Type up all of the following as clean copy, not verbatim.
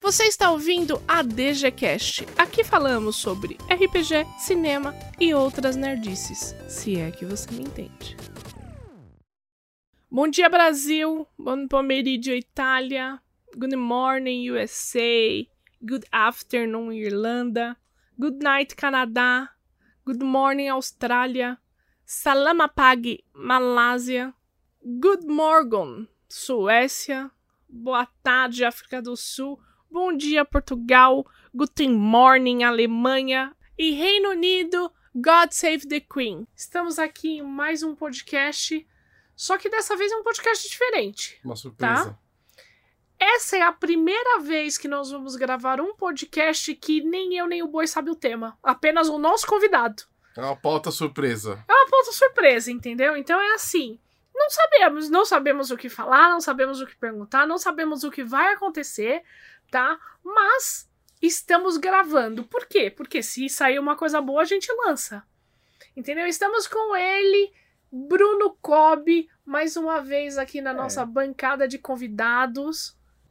Você está ouvindo a DGCast. Aqui falamos sobre RPG, cinema e outras nerdices, se é que você me entende. Bom dia, Brasil. Bom pomeriggio, Itália. Good morning, USA. Good afternoon, Irlanda. Good night, Canadá. Good morning, Austrália. Salamapag, Malásia. Good morning, Suécia. Boa tarde, África do Sul. Bom dia, Portugal. Guten morning, Alemanha. E Reino Unido, God Save the Queen. Estamos aqui em mais um podcast, só que dessa vez é um podcast diferente. Uma surpresa. Tá? Essa é a primeira vez que nós vamos gravar um podcast que nem eu nem o Boi sabe o tema. Apenas o nosso convidado. É uma pauta surpresa. É uma pauta surpresa, entendeu? Então é assim... Não sabemos o que falar, não sabemos o que perguntar, não sabemos o que vai acontecer, tá? Mas estamos gravando. Por quê? Porque se sair uma coisa boa, a gente lança. Entendeu? Estamos com ele, Bruno Cobb, mais uma vez aqui na nossa bancada de convidados.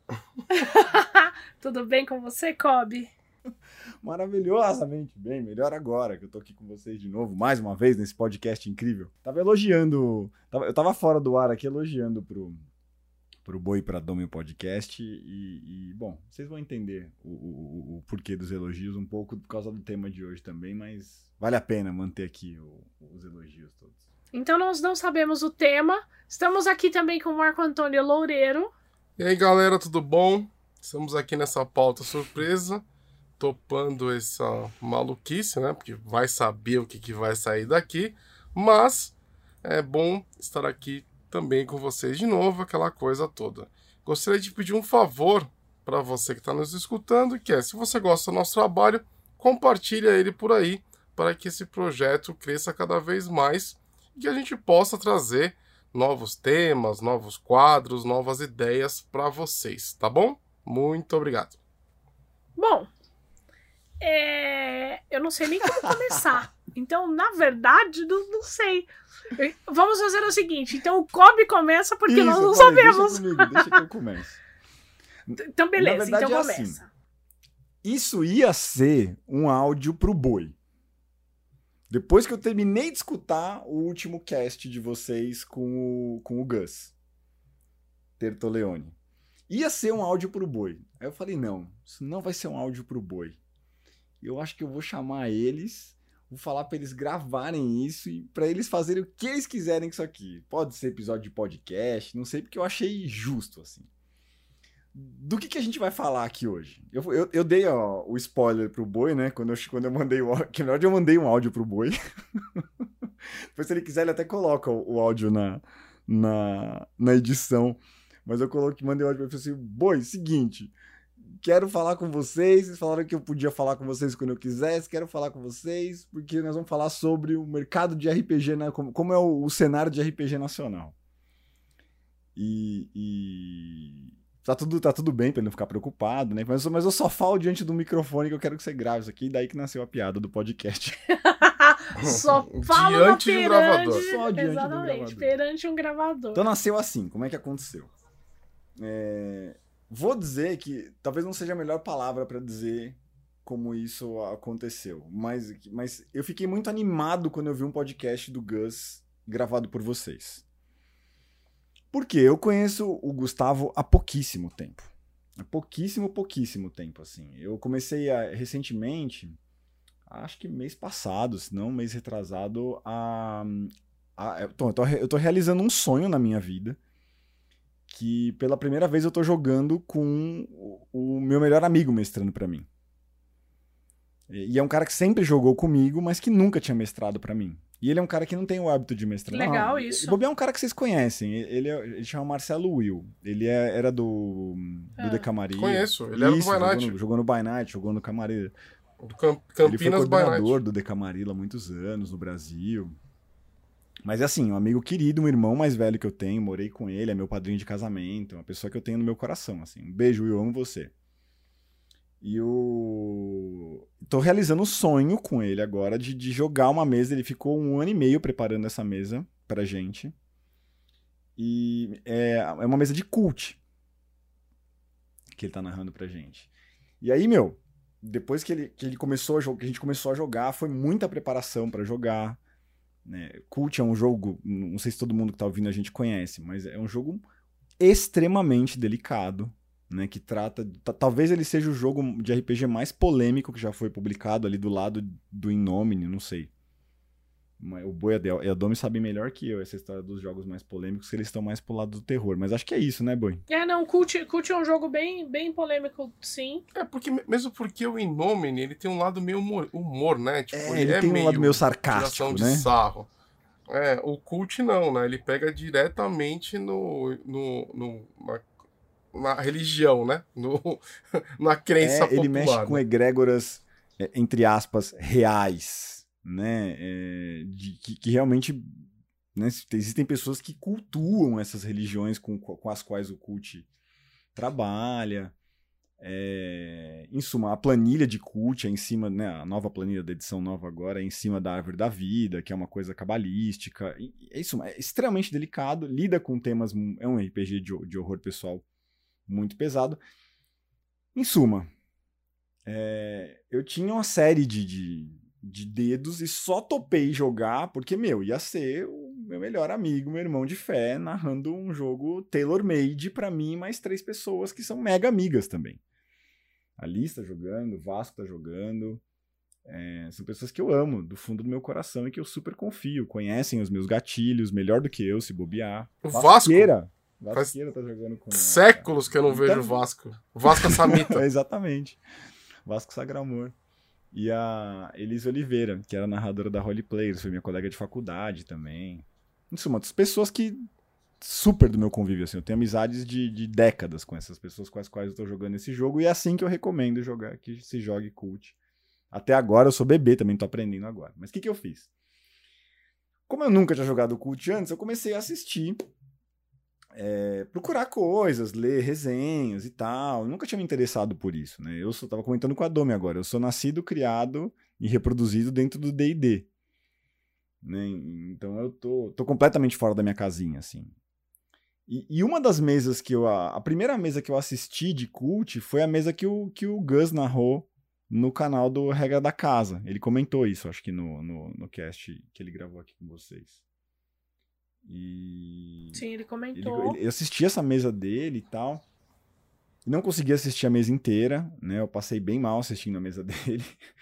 Tudo bem com você, Cobb? Maravilhosamente bem, melhor agora que eu tô aqui com vocês de novo, mais uma vez, nesse podcast incrível. Tava elogiando, eu tava fora do ar aqui elogiando pro Boi e pra Dom o podcast e, bom, vocês vão entender o porquê dos elogios um pouco por causa do tema de hoje também, mas vale a pena manter aqui os elogios todos. Então nós não sabemos o tema, estamos aqui também com o Marco Antônio Loureiro. E aí, galera, tudo bom? Estamos aqui nessa pauta surpresa, topando essa maluquice, né? Porque vai saber o que vai sair daqui. Mas é bom estar aqui também com vocês de novo, aquela coisa toda. Gostaria de pedir um favor para você que está nos escutando, que é, se você gosta do nosso trabalho, compartilha ele por aí, para que esse projeto cresça cada vez mais e que a gente possa trazer novos temas, novos quadros, novas ideias para vocês, tá bom? Muito obrigado. Bom, eu não sei nem como começar. Então, na verdade, não sei. Vamos fazer o seguinte. Então, o Cobb começa porque nós não sabemos. Deixa que eu comece. Então, beleza. Na verdade, então, é começa. assim, isso ia ser um áudio pro Boi. Depois que eu terminei de escutar o último cast de vocês com o Gus Tertoleone. Ia ser um áudio pro Boi. Aí eu falei, não, isso não vai ser um áudio pro Boi. Eu acho que eu vou chamar eles, vou falar pra eles gravarem isso e pra eles fazerem o que eles quiserem com isso aqui. Pode ser episódio de podcast, não sei, porque eu achei justo, assim. Do que a gente vai falar aqui hoje? Eu dei o spoiler pro Boi, né? Quando eu mandei o áudio. Que na verdade eu mandei um áudio pro Boi. Depois, se ele quiser, ele até coloca o áudio na edição. Mas eu mandei o áudio pra ele e falei assim: Boi, seguinte. Quero falar com vocês falaram que eu podia falar com vocês quando eu quisesse, quero falar com vocês, porque nós vamos falar sobre o mercado de RPG, né, como é o cenário de RPG nacional. E tá tudo bem pra ele não ficar preocupado, né, mas eu só falo diante do microfone que eu quero que você grave isso aqui, daí que nasceu a piada do podcast. Só fala diante de um gravador. Só diante exatamente, de um gravador. perante um gravador. Então nasceu assim, como é que aconteceu? Vou dizer que talvez não seja a melhor palavra para dizer como isso aconteceu, mas eu fiquei muito animado quando eu vi um podcast do Gus gravado por vocês. Porque eu conheço o Gustavo há pouquíssimo tempo. Há pouquíssimo tempo, assim. Eu comecei recentemente, acho que mês passado, se não mês retrasado, eu tô realizando um sonho na minha vida, que pela primeira vez eu tô jogando com o meu melhor amigo mestrando pra mim. E é um cara que sempre jogou comigo, mas que nunca tinha mestrado pra mim. E ele é um cara que não tem o hábito de mestrar. Legal isso. O Bob é um cara que vocês conhecem. Ele chama Marcelo Will. Ele era do Decamarilha. Conheço, ele era do By Night. Jogou no By Night, jogou no Camarilla. Do Campinas ele foi By Night. coordenador do Decamarilla há muitos anos no Brasil. Mas assim, um amigo querido, um irmão mais velho que eu tenho, morei com ele, é meu padrinho de casamento, uma pessoa que eu tenho no meu coração, assim. Um beijo, Will, eu amo você. E tô realizando um sonho com ele agora de jogar uma mesa. Ele ficou 1 ano e meio preparando essa mesa pra gente. E é uma mesa de cult que ele tá narrando pra gente. E aí, meu, depois que ele começou a jogar, que a gente começou a jogar, foi muita preparação pra jogar, né? Cult é um jogo, não sei se todo mundo que tá ouvindo a gente conhece, mas é um jogo extremamente delicado, né? Que trata, talvez ele seja o jogo de RPG mais polêmico que já foi publicado ali do lado do Innomine, não sei. O Boi e a Domi sabem melhor que eu essa história dos jogos mais polêmicos, que eles estão mais pro lado do terror. Mas acho que é isso, né, Boi? Não, Cult é um jogo bem, bem polêmico, sim. Mesmo porque o Innomine, ele tem um lado meio humor, né? Tipo, ele tem um lado meio sarcástico, de né? sarro. O Cult não, né? Ele pega diretamente na religião, né? Na crença popular. Ele mexe com egrégoras, entre aspas, reais, né? Que realmente, né? Existem pessoas que cultuam essas religiões com as quais o Cult trabalha. Em suma, a planilha de Cult é em cima, né? A nova planilha da edição nova agora é em cima da Árvore da Vida, que é uma coisa cabalística. É extremamente delicado, lida com temas. É um RPG de horror pessoal muito pesado. Em suma, eu tinha uma série de dedos e só topei jogar porque, ia ser o meu melhor amigo, meu irmão de fé, narrando um jogo tailor-made pra mim e mais 3 pessoas que são mega amigas também. A Liz tá jogando, o Vasco tá jogando. São pessoas que eu amo, do fundo do meu coração, e que eu super confio. Conhecem os meus gatilhos melhor do que eu, se bobear. O Vasqueira tá jogando com séculos que eu não vejo o Vasco. O Vasco Samita. Exatamente. Vasco Sagramor. E a Elis Oliveira, que era narradora da Role Players, foi minha colega de faculdade também. Em suma, pessoas que super do meu convívio, assim. Eu tenho amizades de décadas com essas pessoas com as quais eu tô jogando esse jogo, e é assim que eu recomendo jogar, que se jogue Cult. Até agora eu sou bebê, também tô aprendendo agora. Mas o que eu fiz? Como eu nunca tinha jogado Cult antes, eu comecei a assistir, procurar coisas, ler resenhas e tal. Eu nunca tinha me interessado por isso, né? Eu tava comentando com a Domi agora. Eu sou nascido, criado e reproduzido dentro do D&D. Né? Então eu tô completamente fora da minha casinha, assim. E uma das mesas que a primeira mesa que eu assisti de Cult foi a mesa que o Gus narrou no canal do Regra da Casa. Ele comentou isso, acho que no cast que ele gravou aqui com vocês. Sim, ele comentou. Eu assisti essa mesa dele e tal. Não consegui assistir a mesa inteira, né? Eu passei bem mal assistindo a mesa dele.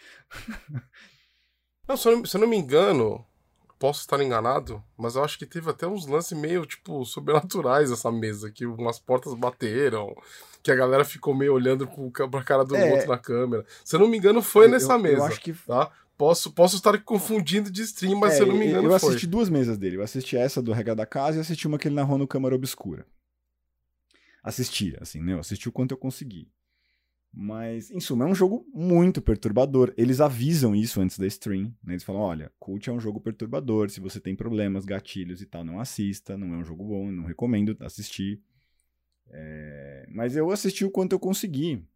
Não, se eu não me engano, posso estar enganado, mas eu acho que teve até uns lances meio, tipo, sobrenaturais essa mesa, que umas portas bateram, que a galera ficou meio olhando pra cara do outro na câmera. Se eu não me engano, foi nessa mesa. Eu acho que... tá? Posso estar confundindo de stream, mas se eu não me engano, eu assisti 2 mesas dele. Eu assisti essa do Regra da Casa e assisti uma que ele narrou no Câmara Obscura. Assisti, assim, né? Eu assisti o quanto eu consegui. Mas, em suma, é um jogo muito perturbador. Eles avisam isso antes da stream, né? Eles falam, olha, Cult é um jogo perturbador, se você tem problemas, gatilhos e tal, não assista, não é um jogo bom, não recomendo assistir. Mas eu assisti o quanto eu consegui.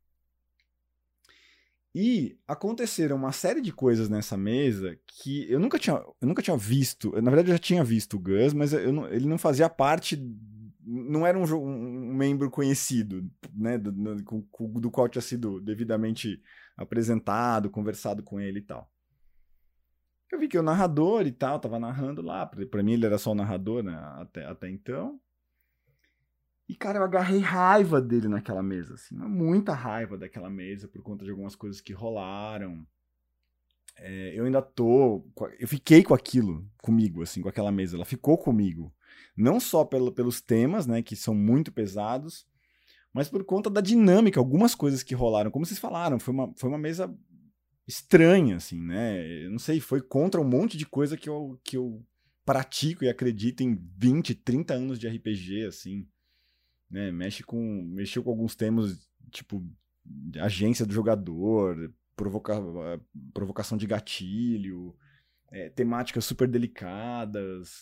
E aconteceram uma série de coisas nessa mesa que eu nunca tinha visto. Na verdade, eu já tinha visto o Gus, mas ele não fazia parte... Não era um membro conhecido, né, do qual tinha sido devidamente apresentado, conversado com ele e tal. Eu vi que o narrador e tal, tava narrando lá, pra mim ele era só o narrador, né, até então. E, cara, eu agarrei raiva dele naquela mesa, assim, muita raiva daquela mesa por conta de algumas coisas que rolaram. Eu fiquei com aquilo comigo, assim, com aquela mesa, ela ficou comigo. Não só pelos temas, né, que são muito pesados, mas por conta da dinâmica, algumas coisas que rolaram. Como vocês falaram, foi uma mesa estranha, assim, né? Eu não sei, foi contra um monte de coisa que eu pratico e acredito em 20, 30 anos de RPG, assim. Né? Mexeu com alguns temas, tipo, agência do jogador, provocação de gatilho, temáticas super delicadas.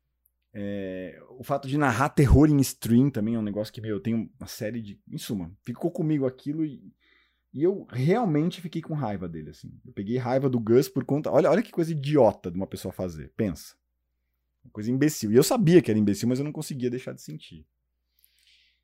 O fato de narrar terror em stream também é um negócio que, eu tenho uma série de... Em suma, ficou comigo aquilo e eu realmente fiquei com raiva dele, assim. Eu peguei raiva do Gus por conta... Olha que coisa idiota de uma pessoa fazer. Pensa. Uma coisa imbecil. E eu sabia que era imbecil, mas eu não conseguia deixar de sentir.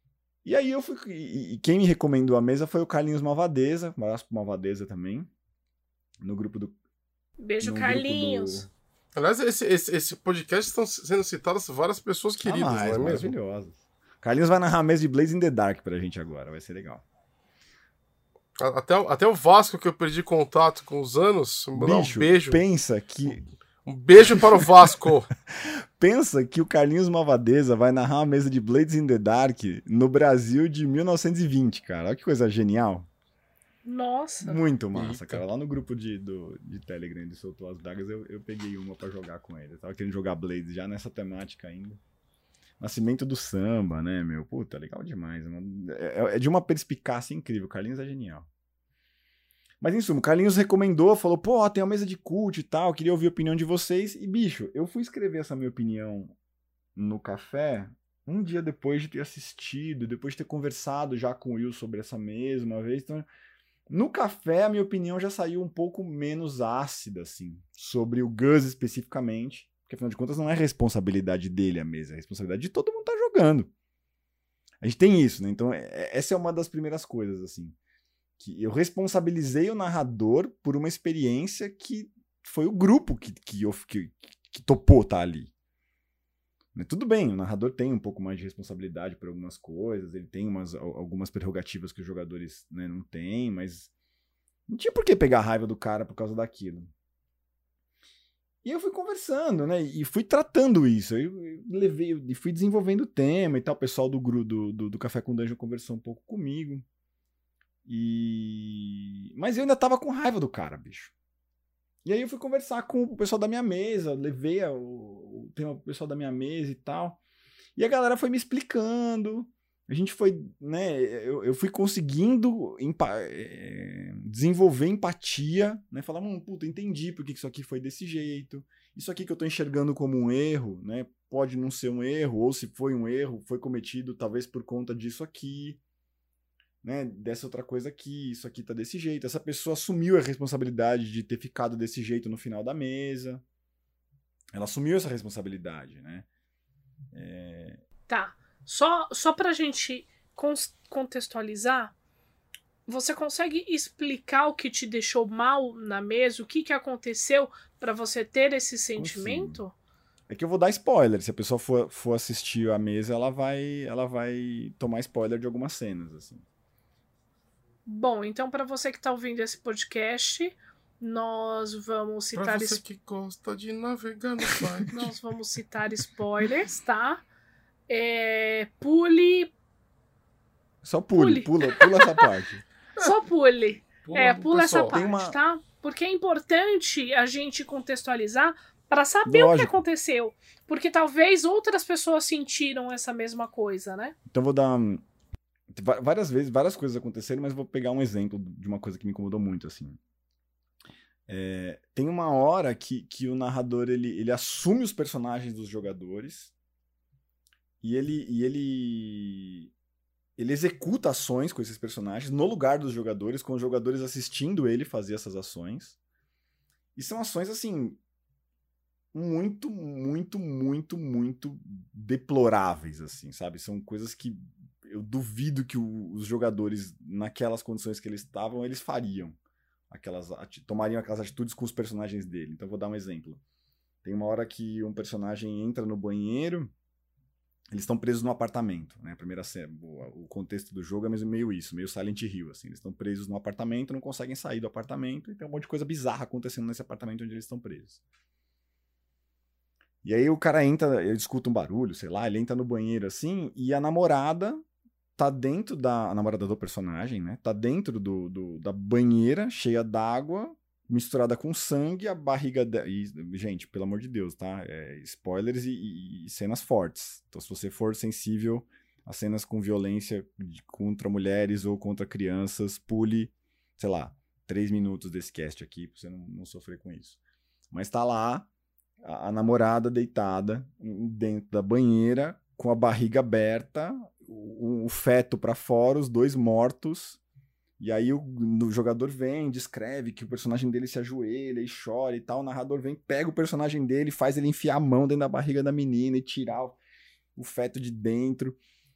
E aí eu fui. E quem me recomendou a mesa foi o Carlinhos Malvadeza. Um abraço pro Malvadeza também. No grupo do. Beijo, no Carlinhos. Grupo Aliás, esse podcast estão sendo citadas várias pessoas queridas, não é mesmo? Maravilhosas. Carlinhos vai narrar a mesa de Blades in the Dark pra gente agora, vai ser legal. Até o Vasco, que eu perdi contato com os anos, mandar um beijo. Pensa que. Um beijo para o Vasco. Pensa que o Carlinhos Malvadeza vai narrar a mesa de Blades in the Dark no Brasil de 1920, cara. Olha que coisa genial. Nossa. Muito massa, Eita. cara. Lá no grupo de Telegram, ele soltou as dagas, eu peguei uma pra jogar com ele. Eu tava querendo jogar Blades já nessa temática ainda. Nascimento do samba, né, meu? Puta, legal demais. É de uma perspicácia incrível. O Carlinhos é genial. Mas, em suma, o Carlinhos recomendou, falou, pô, tem uma mesa de cult e tal, queria ouvir a opinião de vocês. E, bicho, eu fui escrever essa minha opinião no café um dia depois de ter assistido, depois de ter conversado já com o Will sobre essa mesa uma vez. Então, no café, a minha opinião já saiu um pouco menos ácida, assim, sobre o Gus especificamente. Porque, afinal de contas, não é responsabilidade dele a mesa, é responsabilidade de todo mundo que tá jogando. A gente tem isso, né? Então, essa é uma das primeiras coisas, assim. Que eu responsabilizei o narrador por uma experiência que foi o grupo que topou estar ali. Tudo bem, o narrador tem um pouco mais de responsabilidade por algumas coisas, ele tem algumas prerrogativas que os jogadores, né, não têm, mas não tinha por que pegar a raiva do cara por causa daquilo. E eu fui conversando, né, e fui tratando isso, eu levei e fui desenvolvendo o tema e tal, o pessoal do Café com Dungeon conversou um pouco comigo. Mas eu ainda tava com raiva do cara, bicho. E aí eu fui conversar com o pessoal da minha mesa, levei o tema pro pessoal da minha mesa e tal. E a galera foi me explicando. A gente foi, né, eu fui conseguindo desenvolver empatia, né, falar, puta, entendi por que isso aqui foi desse jeito. Isso aqui que eu tô enxergando como um erro, né, pode não ser um erro, ou se foi um erro, foi cometido talvez por conta disso aqui. Né, dessa outra coisa aqui, isso aqui tá desse jeito. Essa pessoa assumiu a responsabilidade de ter ficado desse jeito no final da mesa. Ela assumiu essa responsabilidade, né? Tá. Só pra gente contextualizar, você consegue explicar o que te deixou mal na mesa? O que aconteceu pra você ter esse sentimento? Consigo. É que eu vou dar spoiler. Se a pessoa for assistir a mesa, ela vai tomar spoiler de algumas cenas, assim. Bom, então para você que está ouvindo esse podcast, nós vamos citar... Pra você que gosta de navegar no site. Nós vamos citar spoilers, tá? Pule... Só pula essa parte. Só pule. Pula essa pessoal. parte, tá? Porque é importante a gente contextualizar para saber o que aconteceu. Porque talvez outras pessoas sentiram essa mesma coisa, né? Então vou dar... várias coisas aconteceram, mas vou pegar um exemplo de uma coisa que me incomodou muito, assim. Tem uma hora que o narrador, ele assume os personagens dos jogadores e ele executa ações com esses personagens no lugar dos jogadores, com os jogadores assistindo ele fazer essas ações. E são ações, assim, muito, muito, muito, muito deploráveis, assim, sabe? São coisas que eu duvido que os jogadores, naquelas condições que eles estavam, eles fariam. Tomariam aquelas atitudes com os personagens dele. Então, vou dar um exemplo. Tem uma hora que um personagem entra no banheiro, eles estão presos no apartamento, né? A primeira cena, o contexto do jogo é meio isso, meio Silent Hill, assim. Eles estão presos no apartamento, não conseguem sair do apartamento, e tem um monte de coisa bizarra acontecendo nesse apartamento onde eles estão presos. E aí o cara entra, ele escuta um barulho, sei lá, ele entra no banheiro assim, e a namorada tá dentro a namorada do personagem, né? Tá dentro da banheira, cheia d'água, misturada com sangue, a barriga... gente, pelo amor de Deus, tá? Spoilers e cenas fortes. Então, se você for sensível a cenas com violência contra mulheres ou contra crianças, pule, sei lá, 3 minutos desse cast aqui, pra você não sofrer com isso. Mas tá lá a namorada deitada dentro da banheira, com a barriga aberta, o feto pra fora, os 2 mortos. E aí o jogador vem, descreve que o personagem dele se ajoelha e chora e tal. O narrador vem, pega o personagem dele, faz ele enfiar a mão dentro da barriga da menina e tirar o feto de dentro.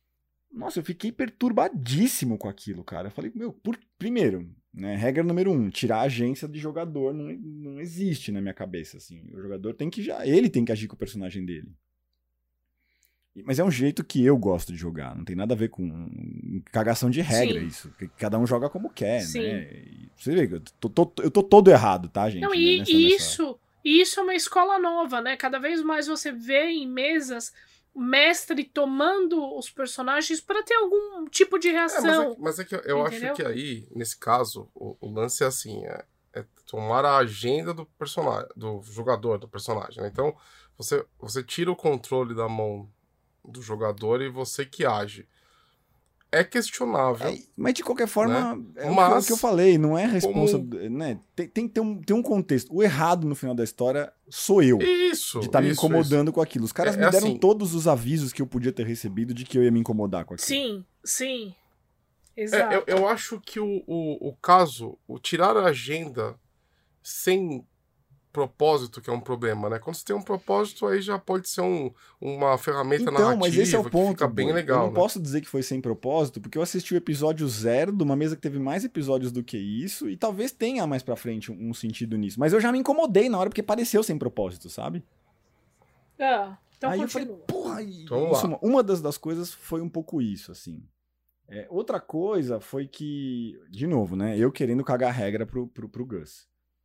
Nossa, eu fiquei perturbadíssimo com aquilo, cara. Eu falei, meu, primeiro, né, regra número 1, tirar a agência de jogador não existe na minha cabeça, assim. O jogador tem que ele tem que agir com o personagem dele. Mas é um jeito que eu gosto de jogar, não tem nada a ver com cagação de regra. Sim. Isso. Cada um joga como quer, Sim. Né? E você vê, eu tô todo errado, tá, gente? Não, isso é uma escola nova, né? Cada vez mais você vê em mesas o mestre tomando os personagens para ter algum tipo de reação. Mas é que eu acho que aí, nesse caso, o lance é assim, é tomar a agenda do personagem, do jogador, do personagem, né? Então, você tira o controle da mão do jogador e você que age. É questionável. Mas de qualquer forma, né? É o que eu falei, não é responsa, né? Tem que ter um contexto. O errado no final da história sou eu. Isso. De estar me incomodando com aquilo. Os caras me deram assim, todos os avisos que eu podia ter recebido de que eu ia me incomodar com aquilo. Sim. Exato. Eu acho que o caso, o tirar a agenda sem propósito que é um problema, né? Quando você tem um propósito, aí já pode ser uma ferramenta narrativa mas esse é o ponto, que fica bem legal. Eu não posso dizer que foi sem propósito, porque eu assisti o episódio 0 de uma mesa que teve mais episódios do que isso, e talvez tenha mais pra frente um sentido nisso. Mas eu já me incomodei na hora, porque pareceu sem propósito, sabe? Então aí continua. Eu falei, porra, isso, uma das coisas foi um pouco isso, assim. Outra coisa foi que, de novo, né? Eu querendo cagar regra pro Gus.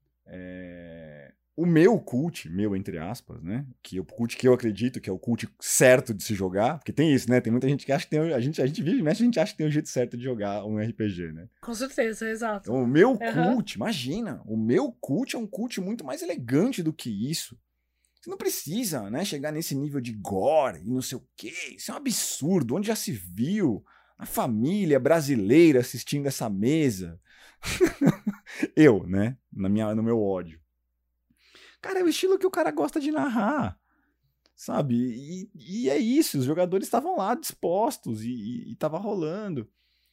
O meu cult, entre aspas, né? O cult que eu acredito que é o cult certo de se jogar, porque tem isso, né? Tem muita gente que acha que tem. A gente vive, mas a gente acha que tem um jeito certo de jogar um RPG, né? Com certeza, exato. Então, o meu cult, imagina, o meu cult é um cult muito mais elegante do que isso. Você não precisa, né, chegar nesse nível de gore e não sei o quê. Isso é um absurdo. Onde já se viu a família brasileira assistindo essa mesa? Eu, né? No meu ódio. Cara, é o estilo que o cara gosta de narrar, sabe? E é isso, os jogadores estavam lá dispostos e tava rolando.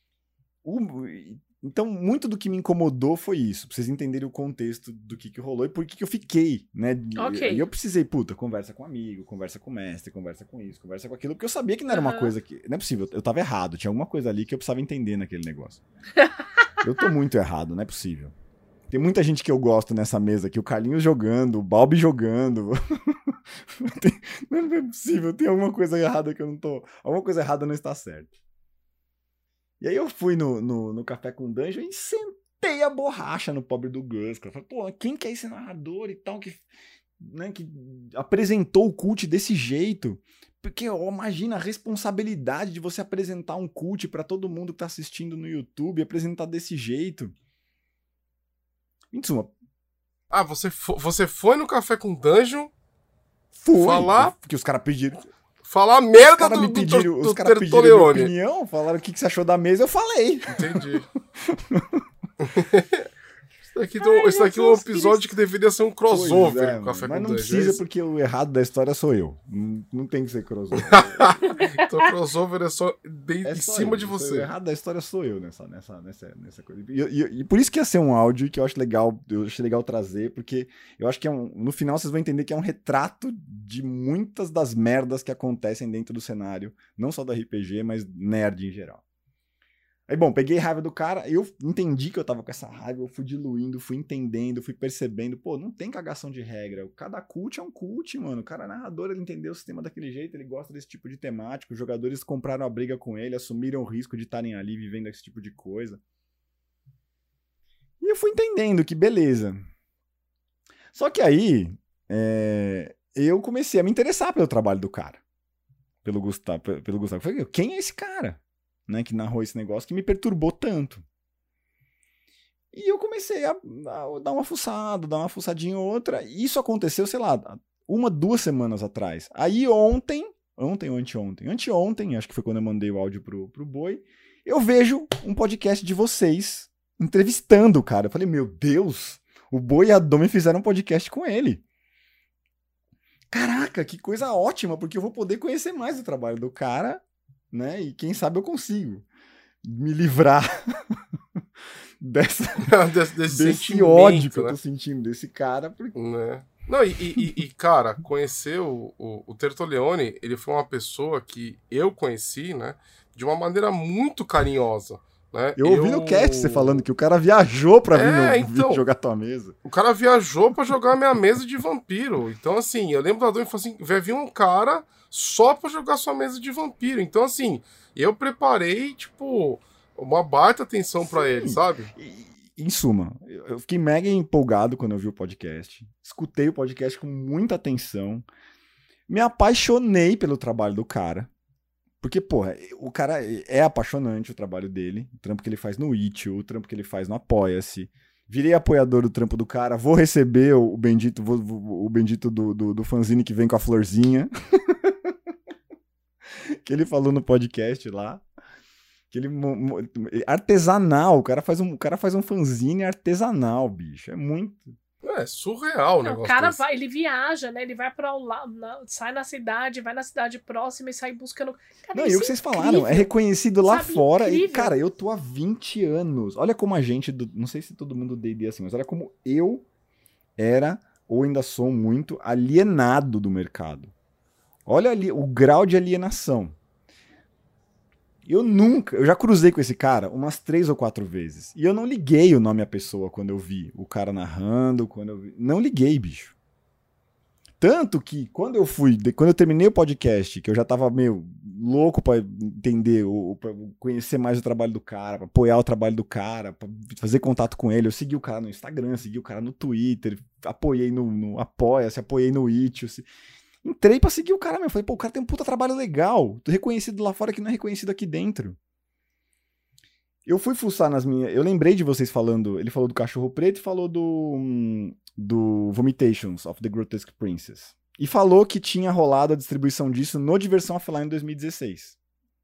Então, muito do que me incomodou foi isso, pra vocês entenderem o contexto do que rolou e por que eu fiquei, né? E eu precisei, conversa com um amigo, conversa com o mestre, conversa com isso, conversa com aquilo, porque eu sabia que não era uma coisa que... Não é possível, eu tava errado, tinha alguma coisa ali que eu precisava entender naquele negócio. Eu tô muito errado, não é possível. Tem muita gente que eu gosto nessa mesa aqui, o Carlinhos jogando, o Balbi jogando. Não é possível, tem alguma coisa errada que eu não tô... Alguma coisa errada não está certa. E aí eu fui no Café com Dungeon e sentei a borracha no pobre do Gus. Eu falei, pô, quem que é esse narrador e tal, que apresentou o cult desse jeito? Porque, imagina a responsabilidade de você apresentar um cult pra todo mundo que tá assistindo no YouTube, apresentar desse jeito. Em suma. Você foi no Café com Dungeon? Fui. Falar? Porque os caras pediram. Falar merda os caras pediram minha opinião, falaram o que você achou da mesa, eu falei. Entendi. Isso daqui é um episódio que deveria ser um crossover com Café com Dungeon. Mas não precisa, porque o errado da história sou eu. Não tem que ser crossover. Então crossover é só em cima de você. O errado da história sou eu nessa coisa. E por isso que ia ser um áudio que eu achei legal trazer, porque eu acho que no final vocês vão entender que é um retrato de muitas das merdas que acontecem dentro do cenário, não só do RPG, mas nerd em geral. Aí, bom, peguei raiva do cara, eu entendi que eu tava com essa raiva, eu fui diluindo, fui entendendo, fui percebendo, pô, não tem cagação de regra, cada cult é um cult, mano, o cara é narrador, ele entendeu o sistema daquele jeito, ele gosta desse tipo de temática, os jogadores compraram a briga com ele, assumiram o risco de estarem ali vivendo esse tipo de coisa. E eu fui entendendo que beleza. Só que aí, eu comecei a me interessar pelo trabalho do cara, pelo Gustavo. Eu falei, quem é esse cara? Né, que narrou esse negócio que me perturbou tanto. E eu comecei a dar uma fuçada, dar uma fuçadinha ou outra. E isso aconteceu, sei lá, 2 semanas atrás. Aí ontem ou anteontem, acho que foi quando eu mandei o áudio pro Boi, eu vejo um podcast de vocês entrevistando o cara. Eu falei, meu Deus, o Boi e a Domi fizeram um podcast com ele. Caraca, que coisa ótima, porque eu vou poder conhecer mais o trabalho do cara, né? E quem sabe eu consigo me livrar desse ódio que eu tô sentindo desse cara. Porque... Né? Não, cara, conhecer o Tertolione, ele foi uma pessoa que eu conheci, né? de uma maneira muito carinhosa, né? Eu ouvi no cast você falando que o cara viajou pra vir jogar tua mesa. O cara viajou pra jogar minha mesa de vampiro. Então, assim, eu lembro da Dom e falou assim, vai vir um cara só pra jogar sua mesa de vampiro. Então, assim, eu preparei, tipo, uma baita atenção pra ele, sabe? Em suma, eu fiquei mega empolgado quando eu vi o podcast. Escutei o podcast com muita atenção. Me apaixonei pelo trabalho do cara. Porque, porra, o cara é apaixonante o trabalho dele. O trampo que ele faz no Itch.io, o trampo que ele faz no Apoia-se. Virei apoiador do trampo do cara. Vou receber o bendito, o bendito do fanzine que vem com a florzinha. Que ele falou no podcast lá. Que ele artesanal, o cara faz um fanzine artesanal, bicho. É muito. É surreal o negócio. O cara vai, ele viaja, né? Ele vai pra lá, sai na cidade, vai na cidade próxima e sai buscando. Cara, não, e o que vocês falaram, é reconhecido lá fora. Incrível. E, cara, eu tô há 20 anos. Olha como a gente, não sei se todo mundo D&D assim, mas olha como eu era, ou ainda sou muito, alienado do mercado. Olha ali o grau de alienação. Eu já cruzei com esse cara umas 3 ou 4 vezes. E eu não liguei o nome à pessoa quando eu vi o cara narrando, não liguei, bicho. Tanto que quando eu terminei o podcast, que eu já tava meio louco pra entender, pra conhecer mais o trabalho do cara, pra apoiar o trabalho do cara, pra fazer contato com ele, eu segui o cara no Instagram, segui o cara no Twitter, apoiei no Apoia-se, apoiei no Itch.io. Entrei pra seguir o cara mesmo. Falei, pô, o cara tem um puta trabalho legal. Tô reconhecido lá fora que não é reconhecido aqui dentro. Eu fui fuçar nas minhas... Eu lembrei de vocês falando... Ele falou do Cachorro Preto e falou do Vomitations of the Grotesque Princess. E falou que tinha rolado a distribuição disso no Diversão Offline em 2016.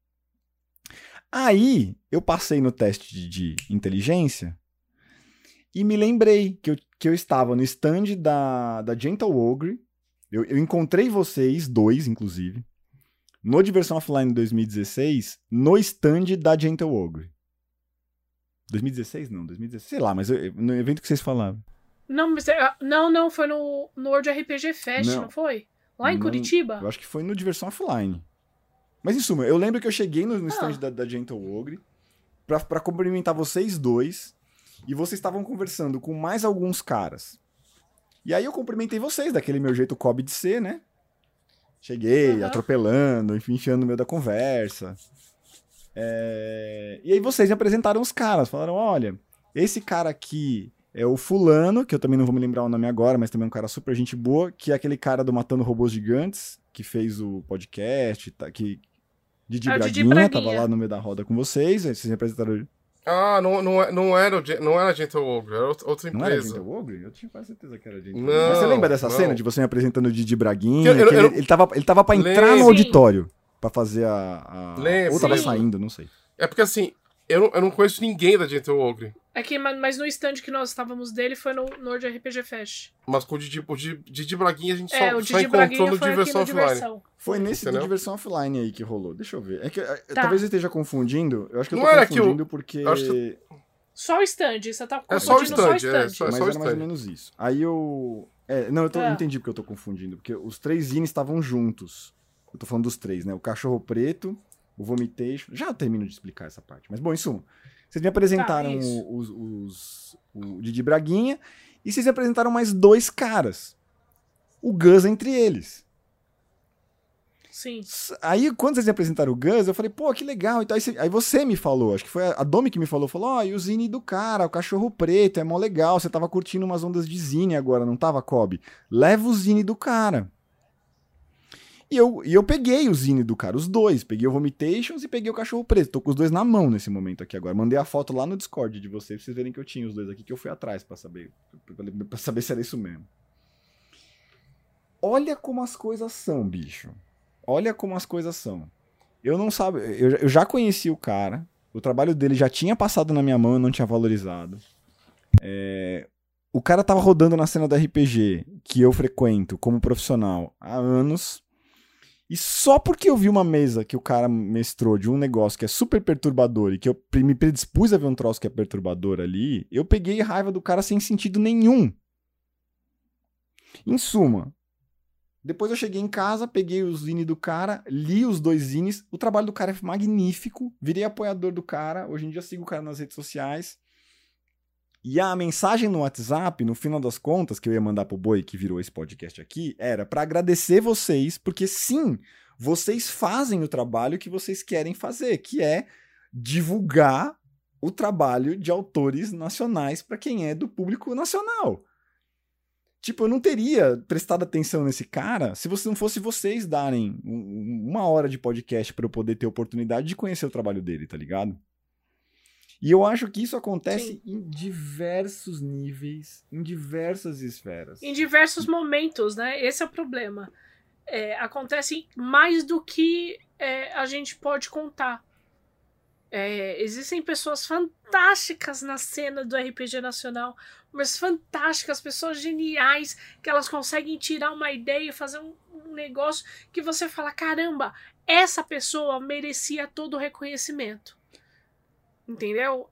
Aí, eu passei no teste de inteligência e me lembrei que eu estava no stand da Gentle Ogre. Eu encontrei vocês, dois, inclusive, no Diversão Offline 2016, no stand da Gentle Ogre. 2016? Não, 2016. Sei lá, mas no evento que vocês falavam. Não, foi no World RPG Fest, não foi? Lá em Curitiba? Eu acho que foi no Diversão Offline. Mas em suma, eu lembro que eu cheguei no stand da Gentle Ogre pra cumprimentar vocês dois, e vocês estavam conversando com mais alguns caras. E aí eu cumprimentei vocês, daquele meu jeito cobb de ser, né? Cheguei, atropelando, enfim, enfiando no meio da conversa. E aí vocês me apresentaram os caras, falaram, olha, esse cara aqui é o fulano, que eu também não vou me lembrar o nome agora, mas também é um cara super gente boa, que é aquele cara do Matando Robôs Gigantes, que fez o podcast, que Didi Braguinha tava lá no meio da roda com vocês, aí vocês me apresentaram... Ah, não era a Gentle Ogre, era outra empresa. Não era a Gentle Ogre? Eu tinha quase certeza que era a Gentle Ogre. Mas você lembra dessa cena de você me apresentando o Didi Braguinha? Ele tava pra entrar no auditório pra fazer ou tava saindo, não sei. É porque assim, eu não conheço ninguém da Gentle Ogre. É que, mas no stand que nós estávamos dele foi no World RPG Fest. Mas com o Didi Braguinha a gente só encontrou no Diversão Offline. Foi nesse do Diversão Offline aí que rolou. Deixa eu ver. É que talvez eu esteja confundindo. Eu acho que eu tô confundindo porque... Só o stand, você tá confundindo só o stand. Mas era mais ou menos isso. Aí eu... eu entendi porque eu tô confundindo. Porque os 3 zines estavam juntos. Eu tô falando dos 3, né? O Cachorro Preto, o Vomitation... Já termino de explicar essa parte. Mas bom, em suma... Vocês me apresentaram o Didi Braguinha e vocês me apresentaram mais 2 caras. O Gus entre eles. Sim. Aí, quando vocês me apresentaram o Gus, eu falei, pô, que legal. Então, aí você me falou, acho que foi a Domi que me falou, e o zine do cara, o Cachorro Preto, é mó legal, você tava curtindo umas ondas de zine agora, não tava, Cobb? Leva o zine do cara. E eu peguei o zine do cara, os 2. Peguei o Vomitations e peguei o Cachorro Preto. Tô com os 2 na mão nesse momento aqui agora. Mandei a foto lá no Discord de vocês, pra vocês verem que eu tinha os 2 aqui, que eu fui atrás pra saber se era isso mesmo. Olha como as coisas são, bicho. Olha como as coisas são. Eu já conheci o cara, o trabalho dele já tinha passado na minha mão, eu não tinha valorizado. O cara tava rodando na cena do RPG, que eu frequento como profissional há anos. E só porque eu vi uma mesa que o cara mestrou de um negócio que é super perturbador e que eu me predispus a ver um troço que é perturbador ali, eu peguei raiva do cara sem sentido nenhum. Em suma, Depois eu cheguei em casa, peguei o zine do cara, li os 2 zines. O trabalho do cara é magnífico. Virei apoiador do cara. Hoje em dia sigo o cara nas redes sociais. E a mensagem no WhatsApp, no final das contas, que eu ia mandar pro Boi, que virou esse podcast aqui, era pra agradecer vocês, porque sim, vocês fazem o trabalho que vocês querem fazer, que é divulgar o trabalho de autores nacionais pra quem é do público nacional. Tipo, eu não teria prestado atenção nesse cara se não fosse vocês darem 1 hora de podcast pra eu poder ter oportunidade de conhecer o trabalho dele, tá ligado? E eu acho que isso acontece em diversos níveis, em diversas esferas. Em diversos momentos, né? Esse é o problema. Acontece mais do que a gente pode contar. Existem pessoas fantásticas na cena do RPG nacional, mas fantásticas, pessoas geniais, que elas conseguem tirar uma ideia e fazer um negócio que você fala, caramba, essa pessoa merecia todo o reconhecimento. Entendeu?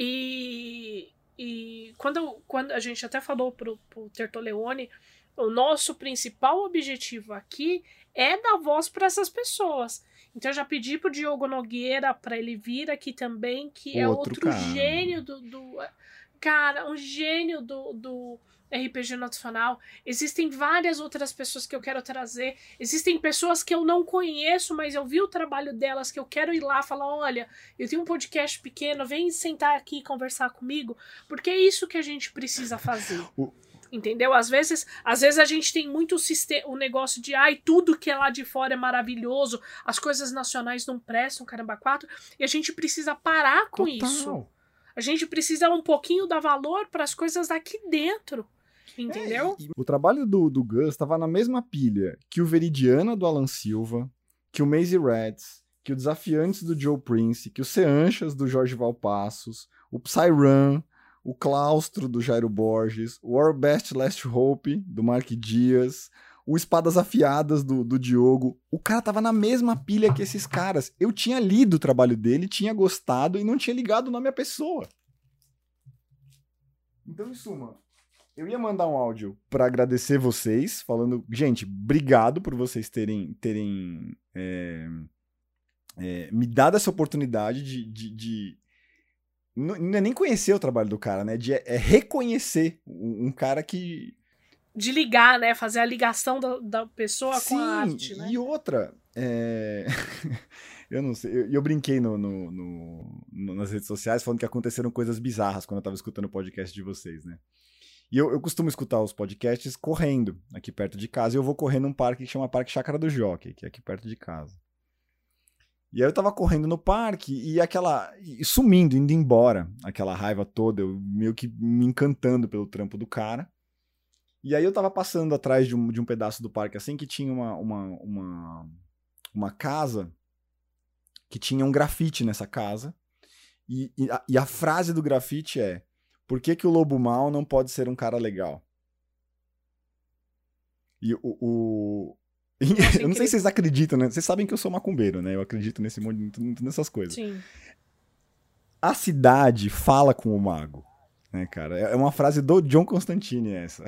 E quando a gente até falou pro Tertoleone, o nosso principal objetivo aqui é dar voz para essas pessoas. Então eu já pedi pro Diogo Nogueira para ele vir aqui também, que é outro gênio cara, um gênio do RPG nacional. Existem várias outras pessoas que eu quero trazer. Existem pessoas que eu não conheço, mas eu vi o trabalho delas, que eu quero ir lá falar, olha, eu tenho um podcast pequeno, vem sentar aqui e conversar comigo, porque é isso que a gente precisa fazer. Entendeu? Às vezes a gente tem muito o negócio de tudo que é lá de fora é maravilhoso, as coisas nacionais não prestam, caramba, 4, e a gente precisa parar com isso. A gente precisa um pouquinho dar valor para as coisas aqui dentro. Entendeu? O trabalho do Gus estava na mesma pilha que o Veridiana do Alan Silva, que o Maze Rats, que o Desafiantes do Joe Prince, que o Seanchas do Jorge Valpassos, o Psyrun, o Claustro do Jairo Borges, o Our Best Last Hope do Mark Dias, o Espadas Afiadas do Diogo. O cara tava na mesma pilha que esses caras. Eu tinha lido o trabalho dele, tinha gostado e não tinha ligado o nome à pessoa. Então, em suma, eu ia mandar um áudio para agradecer vocês, falando, gente, obrigado por vocês terem me dado essa oportunidade de não é nem conhecer o trabalho do cara, né? De reconhecer um cara que... De ligar, né? Fazer a ligação da pessoa com a arte, né? E outra, eu não sei, eu brinquei nas redes sociais falando que aconteceram coisas bizarras quando eu tava escutando o podcast de vocês, né? E eu costumo escutar os podcasts correndo aqui perto de casa, e eu vou correr num parque que chama Parque Chácara do Jockey, que é aqui perto de casa. E aí eu tava correndo no parque e sumindo, indo embora, aquela raiva toda, eu meio que me encantando pelo trampo do cara. E aí eu tava passando atrás de um pedaço do parque assim, que tinha uma casa que tinha um grafite nessa casa. E a frase do grafite é: por que o lobo mau não pode ser um cara legal? E eu não sei se vocês acreditam, né? Vocês sabem que eu sou macumbeiro, né? Eu acredito nessas coisas. Sim. A cidade fala com o mago, né, cara? É uma frase do John Constantine essa.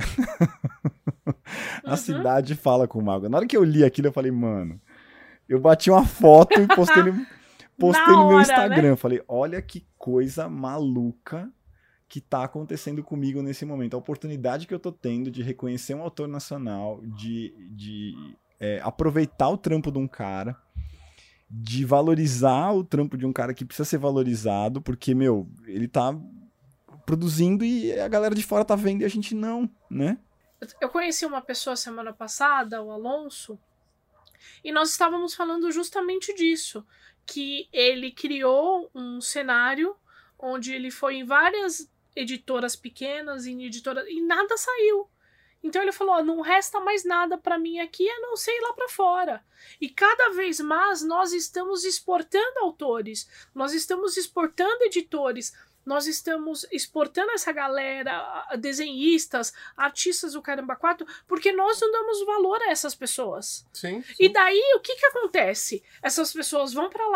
A cidade fala com o mago. Na hora que eu li aquilo, eu falei, mano... Eu bati uma foto e postei no meu Instagram. Né? Falei, olha que coisa maluca que tá acontecendo comigo nesse momento. A oportunidade que eu tô tendo de reconhecer um autor nacional, de aproveitar o trampo de um cara, de valorizar o trampo de um cara que precisa ser valorizado, porque, ele tá produzindo e a galera de fora tá vendo e a gente não, né? Eu conheci uma pessoa semana passada, o Alonso, e nós estávamos falando justamente disso, que ele criou um cenário onde ele foi em várias editoras pequenas, e nada saiu. Então ele falou, não resta mais nada para mim aqui a não ser ir lá para fora. E cada vez mais nós estamos exportando autores, nós estamos exportando editores, nós estamos exportando essa galera, desenhistas, artistas do Caramba 4, porque nós não damos valor a essas pessoas. Sim. E daí, o que acontece? Essas pessoas vão para lá,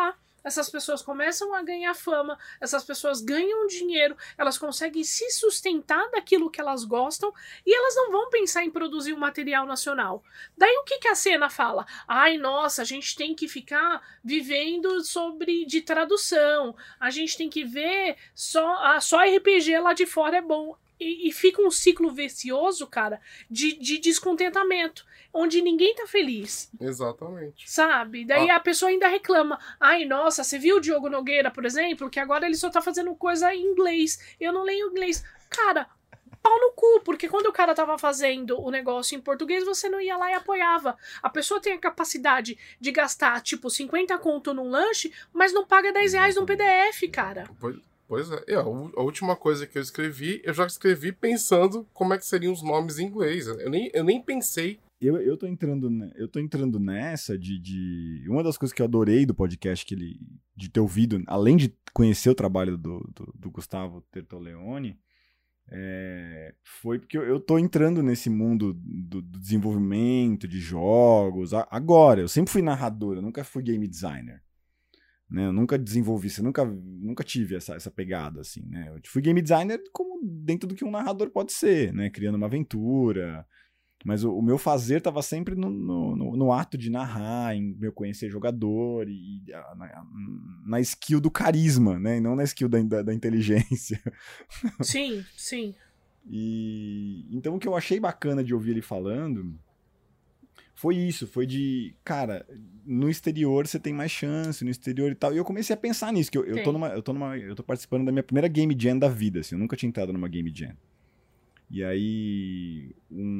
essas pessoas começam a ganhar fama, essas pessoas ganham dinheiro, elas conseguem se sustentar daquilo que elas gostam e elas não vão pensar em produzir um material nacional. Daí o que a cena fala? Ai, nossa, a gente tem que ficar vivendo de tradução, a gente tem que ver só RPG lá de fora é bom. E fica um ciclo vicioso, cara, de descontentamento, onde ninguém tá feliz. Exatamente. Sabe? Daí a pessoa ainda reclama. Ai, nossa, você viu o Diogo Nogueira, por exemplo, que agora ele só tá fazendo coisa em inglês. Eu não leio inglês. Cara, pau no cu, porque quando o cara tava fazendo o negócio em português, você não ia lá e apoiava. A pessoa tem a capacidade de gastar, tipo, 50 conto num lanche, mas não paga 10 reais num PDF, cara. Pois é, a última coisa que eu escrevi, eu já escrevi pensando como é que seriam os nomes em inglês. Eu nem pensei. Eu tô entrando nessa de... Uma das coisas que eu adorei do podcast, de ter ouvido, além de conhecer o trabalho do Gustavo Tertoleoni, foi porque eu tô entrando nesse mundo do desenvolvimento de jogos. Agora, eu sempre fui narrador, eu nunca fui game designer. Né? Eu nunca desenvolvi isso, eu nunca tive essa pegada, assim, né? Eu fui game designer como dentro do que um narrador pode ser, né? Criando uma aventura, mas o meu fazer estava sempre no ato de narrar, em meu conhecer jogador e na skill do carisma, né? E não na skill da inteligência. Sim, sim. E então o que eu achei bacana de ouvir ele falando foi isso, foi de, cara, no exterior você tem mais chance, no exterior e tal. E eu comecei a pensar nisso, que eu tô participando da minha primeira Game Jam da vida, assim, eu nunca tinha entrado numa Game Jam. E aí,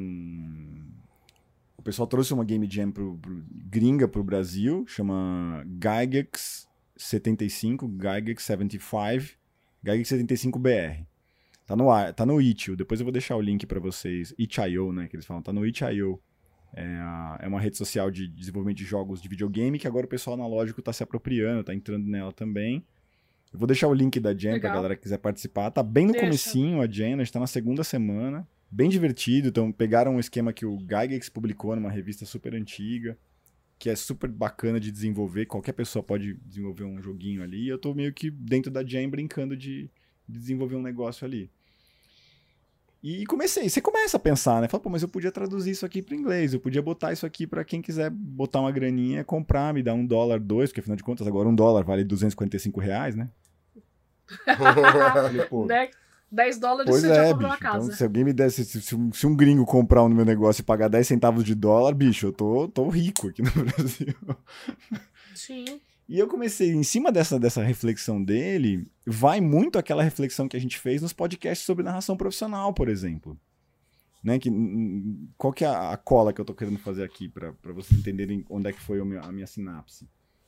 o pessoal trouxe uma Game Jam gringa pro Brasil, chama Gygax 75, Gygax 75, Gygax 75 BR. Tá no Itch.io, depois eu vou deixar o link pra vocês, Itch.io, né, que eles falam, tá no Itch.io. É uma rede social de desenvolvimento de jogos de videogame que agora o pessoal analógico tá se apropriando, tá entrando nela também. Eu vou deixar o link da Jam pra galera que quiser participar. Tá bem no comecinho a Jam, a gente tá na segunda semana. Bem divertido, então pegaram um esquema que o Gygax publicou numa revista super antiga, que é super bacana de desenvolver, qualquer pessoa pode desenvolver um joguinho ali, e eu tô meio que dentro da Jam brincando de desenvolver um negócio ali. E você começa a pensar, né? Fala, pô, mas eu podia traduzir isso aqui para inglês, eu podia botar isso aqui para quem quiser botar uma graninha, comprar, me dar $1, $2, porque afinal de contas agora $1 vale R$245, né? Falei, pô, $10 você já comprou uma casa. Então, se alguém me desse, se um gringo comprar no meu negócio e pagar 10 centavos de dólar, bicho, eu tô rico aqui no Brasil. Sim. E eu comecei, em cima dessa reflexão dele, vai muito aquela reflexão que a gente fez nos podcasts sobre narração profissional, por exemplo. Né? Qual que é a cola que eu tô querendo fazer aqui, para vocês entenderem onde é que foi a minha sinapse?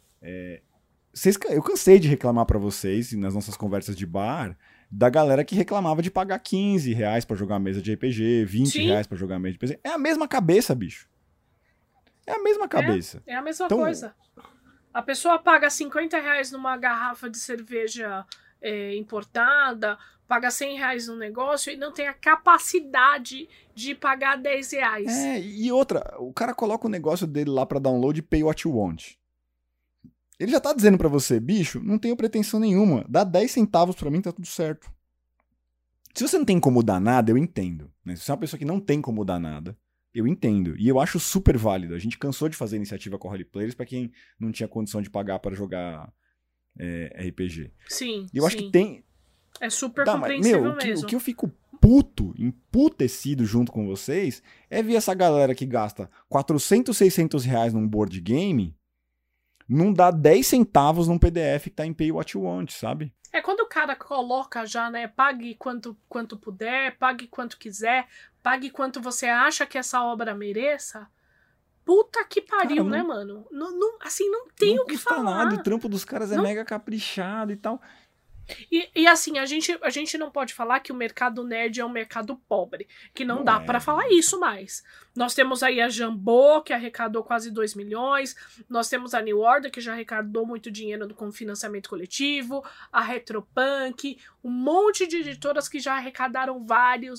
Eu cansei de reclamar para vocês, nas nossas conversas de bar, da galera que reclamava de pagar R$15 para jogar uma mesa de RPG, R$20 para jogar uma mesa de RPG. É a mesma cabeça, bicho. É a mesma cabeça. É a mesma coisa. A pessoa paga R$50 numa garrafa de cerveja importada, paga R$100 no negócio e não tem a capacidade de pagar R$10. E outra, o cara coloca o negócio dele lá pra download e pay what you want. Ele já tá dizendo pra você, bicho, não tenho pretensão nenhuma, dá 10 centavos pra mim, tá tudo certo. Se você não tem como dar nada, eu entendo. Né? Se você é uma pessoa que não tem como dar nada, eu entendo. E eu acho super válido. A gente cansou de fazer iniciativa com Role Players pra quem não tinha condição de pagar para jogar RPG. Sim, e eu acho que tem... É super compreensível mesmo. O que eu fico emputecido junto com vocês, é ver essa galera que gasta R$400, R$600 num board game, não dá 10 centavos num PDF que tá em Pay What You Want, sabe? Quando o cara coloca já, né, pague quanto puder, pague quanto quiser, pague quanto você acha que essa obra mereça, puta que pariu, cara, né, mano? Assim, não tem o que falar. Não custa nada, o trampo dos caras é mega caprichado e tal. E assim, a gente não pode falar que o mercado nerd é um mercado pobre, que não dá pra falar isso mais. Nós temos aí a Jambô, que arrecadou quase 2 milhões, nós temos a New Order, que já arrecadou muito dinheiro com financiamento coletivo, a Retropunk, um monte de editoras que já arrecadaram vários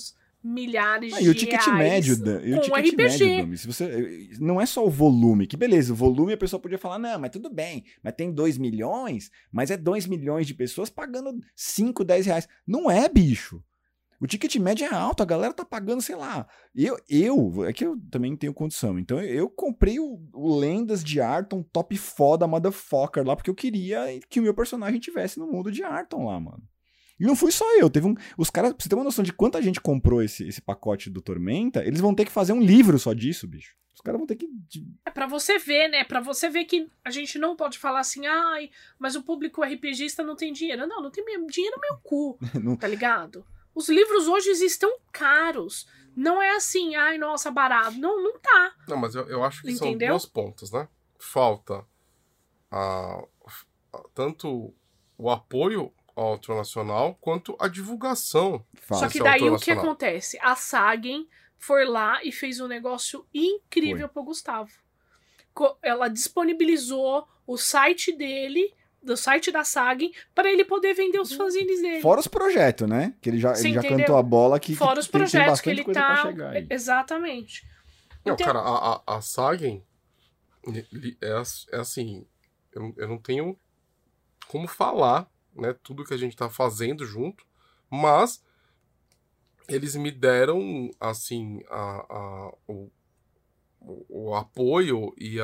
milhares E o de ticket reais médio, e o com ticket RPG. médio, Domi, se você, não é só o volume, que beleza, o volume a pessoa podia falar, não, mas tudo bem, mas tem 2 milhões, mas é 2 milhões de pessoas pagando 5, 10 reais. Não é, bicho. O ticket médio é alto, a galera tá pagando, sei lá. É que eu também tenho condição. Então eu comprei o Lendas de Arton top foda motherfucker lá, porque eu queria que o meu personagem tivesse no mundo de Arton lá, mano. E não fui só eu, os caras, pra você ter uma noção de quanta gente comprou esse pacote do Tormenta, eles vão ter que fazer um livro só disso, bicho. Os caras vão ter que... É pra você ver, né? Pra você ver que a gente não pode falar assim, ai, mas o público RPGista não tem dinheiro. Não tem dinheiro no meu cu, tá ligado? Os livros hoje estão caros. Não é assim, ai, nossa, barato. Não tá. Não, mas eu acho que Entendeu? são 2 pontos, né? Falta tanto o apoio ao autor nacional quanto a divulgação. Só que desse daí autor o que nacional. acontece? A Sagen foi lá e fez um negócio incrível pro Gustavo. Ela disponibilizou o site dele, do site da Sagen, para ele poder vender os fanzines dele. Fora os projetos, né? Que ele já entendeu? cantou a bola que Fora os tem projetos bastante que ele coisa tá... pra chegar aí. Exatamente. Não, Então- cara, a Sagen é assim, eu não tenho como falar, né, tudo que a gente tá fazendo junto, mas eles me deram, assim, o apoio e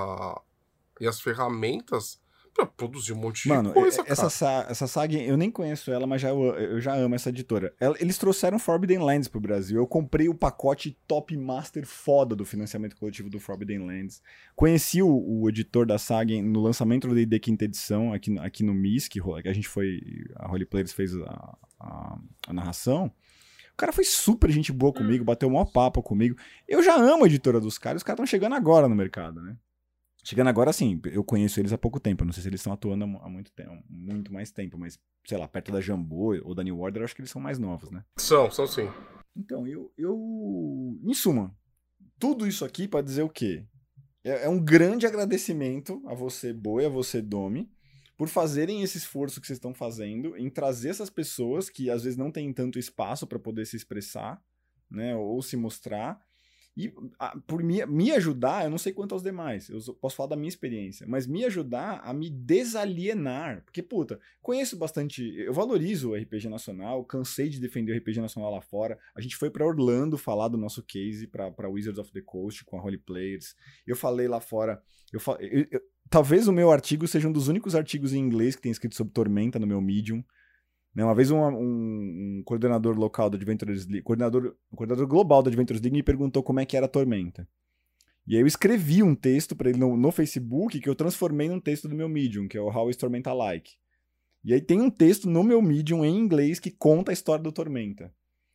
as ferramentas pra produzir um monte Mano, de coisa, essa saga, eu nem conheço ela, mas eu já amo essa editora. Eles trouxeram Forbidden Lands pro Brasil. Eu comprei o pacote Top Master foda do financiamento coletivo do Forbidden Lands. Conheci o editor da saga no lançamento do D&D quinta edição, aqui no MIS, que a gente foi... A Holy Players fez a narração. O cara foi super gente boa comigo, bateu o maior papo comigo. Eu já amo a editora dos caras, os caras estão chegando agora no mercado, né? Chegando agora, assim, eu conheço eles há pouco tempo. Eu não sei se eles estão atuando há muito tempo, muito mais tempo, mas, sei lá, perto da Jambô ou da New Order, eu acho que eles são mais novos, né? São sim. Então, em suma, tudo isso aqui pra dizer o quê? É um grande agradecimento a você, Boi, a você, Domi, por fazerem esse esforço que vocês estão fazendo em trazer essas pessoas que às vezes não têm tanto espaço para poder se expressar, né, ou se mostrar, e por me ajudar, eu não sei quanto aos demais, eu posso falar da minha experiência, mas me ajudar a me desalienar, porque, puta, conheço bastante, eu valorizo o RPG nacional, cansei de defender o RPG nacional lá fora, a gente foi pra Orlando falar do nosso case pra Wizards of the Coast com a Holy Players, eu falei lá fora, talvez o meu artigo seja um dos únicos artigos em inglês que tem escrito sobre Tormenta no meu Medium. Uma vez um coordenador local da Adventures League, coordenador global da Adventures League me perguntou como é que era a Tormenta. E aí eu escrevi um texto pra ele no Facebook que eu transformei num texto do meu Medium, que é o How is Tormenta Like. E aí tem um texto no meu Medium em inglês que conta a história do Tormenta.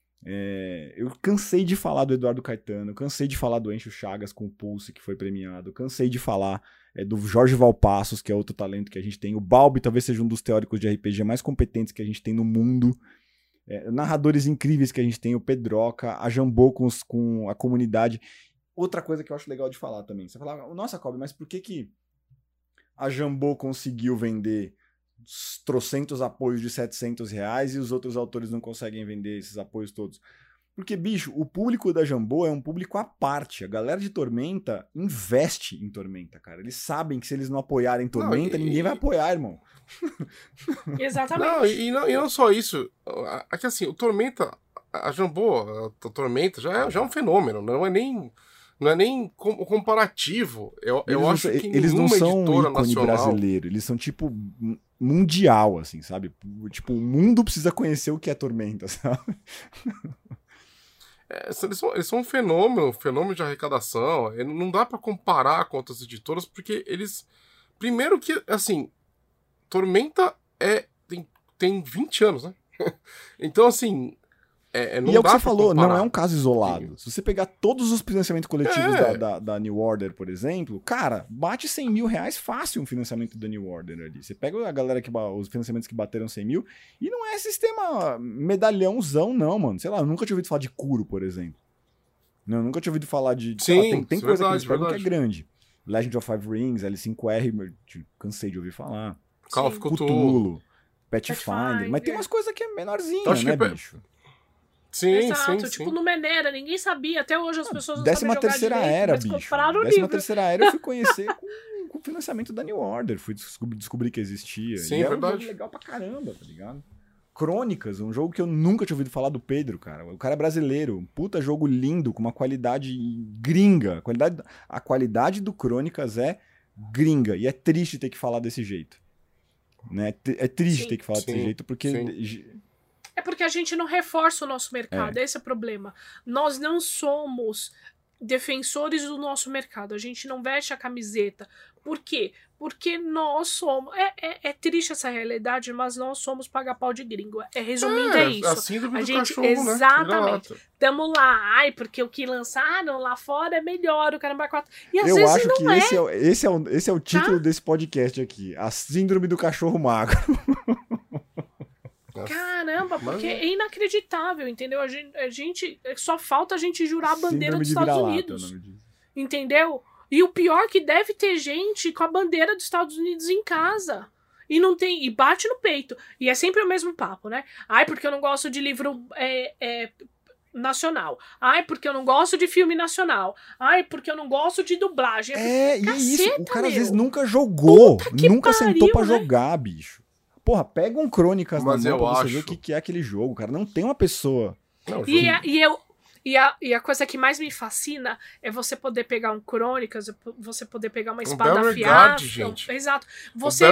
Eu cansei de falar do Eduardo Caetano, cansei de falar do Encho Chagas com o Pulse, que foi premiado, cansei de falar do Jorge Valpassos, que é outro talento que a gente tem, o Balbi talvez seja um dos teóricos de RPG mais competentes que a gente tem no mundo, narradores incríveis que a gente tem, o Pedroca, a Jambô com a comunidade. Outra coisa que eu acho legal de falar também, você fala, nossa, Kobe, mas por que a Jambô conseguiu vender trocentos apoios de R$700 e os outros autores não conseguem vender esses apoios todos? Porque, bicho, o público da Jambô é um público à parte. A galera de Tormenta investe em Tormenta, cara. Eles sabem que se eles não aporem Tormenta, ninguém vai apoiar, irmão. Exatamente. Não, e não só isso. Aqui assim, o Tormenta, a Jambô, a Tormenta já é um fenômeno. Não é nem comparativo. Eu acho que eles não são editora ícone nacional brasileiro. Eles são tipo mundial, assim, sabe? Tipo, o mundo precisa conhecer o que é Tormenta, sabe? Eles são um fenômeno de arrecadação. Não dá pra comparar com outras editoras, porque eles... Primeiro que, assim, Tormenta tem 20 anos, né? Então, assim... E é o que você falou, não é um caso isolado. Se você pegar todos os financiamentos coletivos da New Order, por exemplo, cara, bate R$100 mil fácil um financiamento da New Order ali. Você pega a galera os financiamentos que bateram 100 mil, e não é sistema medalhãozão, não, mano. Sei lá, eu nunca tinha ouvido falar de Kuro, por exemplo. Não, eu nunca tinha ouvido falar de... Sim, tem coisa que eles pegam que é grande. Legend of Five Rings, L5R, cansei de ouvir falar. Call of Cthulhu. Pathfinder. Mas tem umas coisas que é menorzinha, né, bicho? Sim, Exato, sim, tipo sim. Numenera, ninguém sabia. Até hoje as pessoas não sabem jogar 13ª direito, era, mas bicho. compraram o 13ª livro. era eu fui conhecer com o financiamento da New Order. Fui descobrir que existia. Sim, e é um verdade. jogo legal pra caramba, tá ligado? Crônicas, um jogo que eu nunca tinha ouvido falar do Pedro, cara. O cara é brasileiro, um puta jogo lindo, com uma qualidade gringa. A qualidade do Crônicas é gringa, e é triste ter que falar desse jeito. Né? É triste Sim. ter que falar desse Sim, jeito, porque... sim. É porque a gente não reforça o nosso mercado, esse é o problema. Nós não somos defensores do nosso mercado, a gente não veste a camiseta. Por quê? Porque nós somos... É triste essa realidade, mas nós somos paga-pau de gringo. Resumindo, é isso. A síndrome A do gente, cachorro, exatamente. né? Tamo lá, ai, porque o que lançaram lá fora é melhor, o caramba 4. E às Eu vezes acho que não esse é o título desse podcast aqui. A síndrome do cachorro magro. Caramba, porque é inacreditável, entendeu? A gente só falta a gente jurar a bandeira dos Estados Unidos. Entendeu? E o pior é que deve ter gente com a bandeira dos Estados Unidos em casa. E não tem. E bate no peito. E é sempre o mesmo papo, né? Ai, porque eu não gosto de livro nacional. Ai, porque eu não gosto de filme nacional. Ai, porque eu não gosto de dublagem. E é isso. O cara às vezes nunca jogou. Nunca sentou pra jogar, bicho. Porra, pega um Crônicas na mão pra você ver o que é aquele jogo, cara. Não tem uma pessoa. Não, E a coisa que mais me fascina é você poder pegar um Crônicas, você poder pegar uma espada afiada. Exato. Você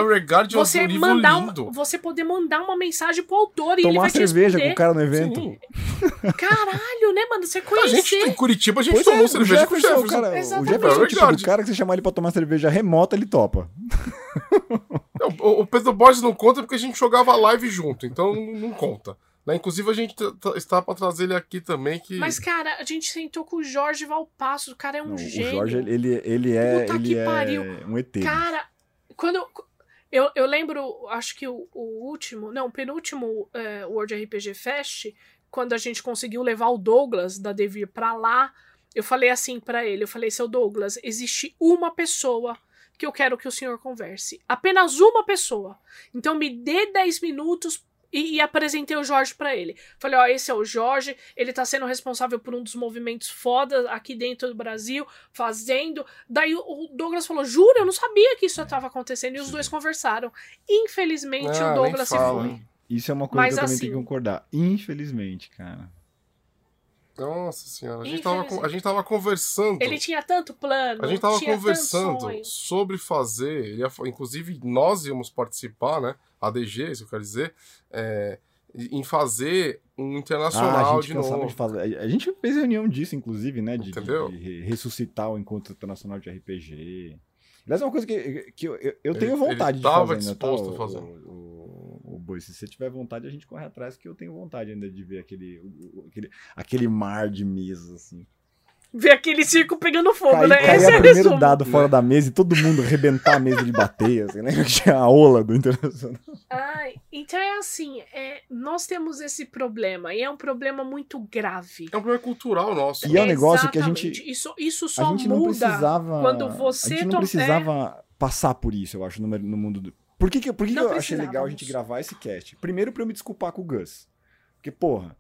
poder mandar uma mensagem pro autor e ele vai te cerveja responder. com o cara no evento. Sim. Caralho, né, mano? Você conhecer. A gente em Curitiba, a gente tomou cerveja com o Jefferson. O Jefferson é o tipo do cara que você chamar ele pra tomar cerveja remota, ele topa. Não, o Pedro Borges não conta porque a gente jogava live junto, então não conta. Inclusive, a gente está para trazer ele aqui também. Mas, cara, a gente sentou com o Jorge Valpasso. O cara é um gênio. O Jorge, ele é um ET. Cara, quando... Eu lembro, acho que o penúltimo World RPG Fest, quando a gente conseguiu levar o Douglas da Devir pra lá, eu falei assim pra ele, seu Douglas, existe uma pessoa que eu quero que o senhor converse. Apenas uma pessoa. Então me dê 10 minutos e apresentei o Jorge pra ele. Falei, esse é o Jorge, ele tá sendo responsável por um dos movimentos fodas aqui dentro do Brasil, fazendo. Daí o Douglas falou, jura? Eu não sabia que isso tava acontecendo. E os dois conversaram. Infelizmente, o Douglas se foi. Isso é uma coisa que eu também tenho que concordar. Infelizmente, cara. Nossa senhora, a gente tava conversando. Ele tinha tanto plano. A gente tava conversando sobre fazer. Inclusive, nós íamos participar, né? ADG, isso eu quero dizer. Em fazer um internacional de novo. A gente fez reunião disso, inclusive, né? De ressuscitar o encontro internacional de RPG. Aliás, é uma coisa que eu tenho vontade de fazer. Ele estava disposto a fazer. O Boi, se você tiver vontade, a gente corre atrás, que eu tenho vontade ainda de ver aquele mar de mesas, assim. Ver aquele circo pegando fogo, né? Cair o primeiro dado fora da mesa e todo mundo arrebentar a mesa de bater, assim, né? Que é a ola do Internacional. Então é assim, nós temos esse problema, e é um problema muito grave. É um problema cultural nosso. E é um negócio que a gente... Isso só muda quando você... A gente não precisava passar por isso, eu acho, no mundo do... Por que eu achei legal a gente gravar esse cast? Primeiro, pra eu me desculpar com o Gus. Porque, porra,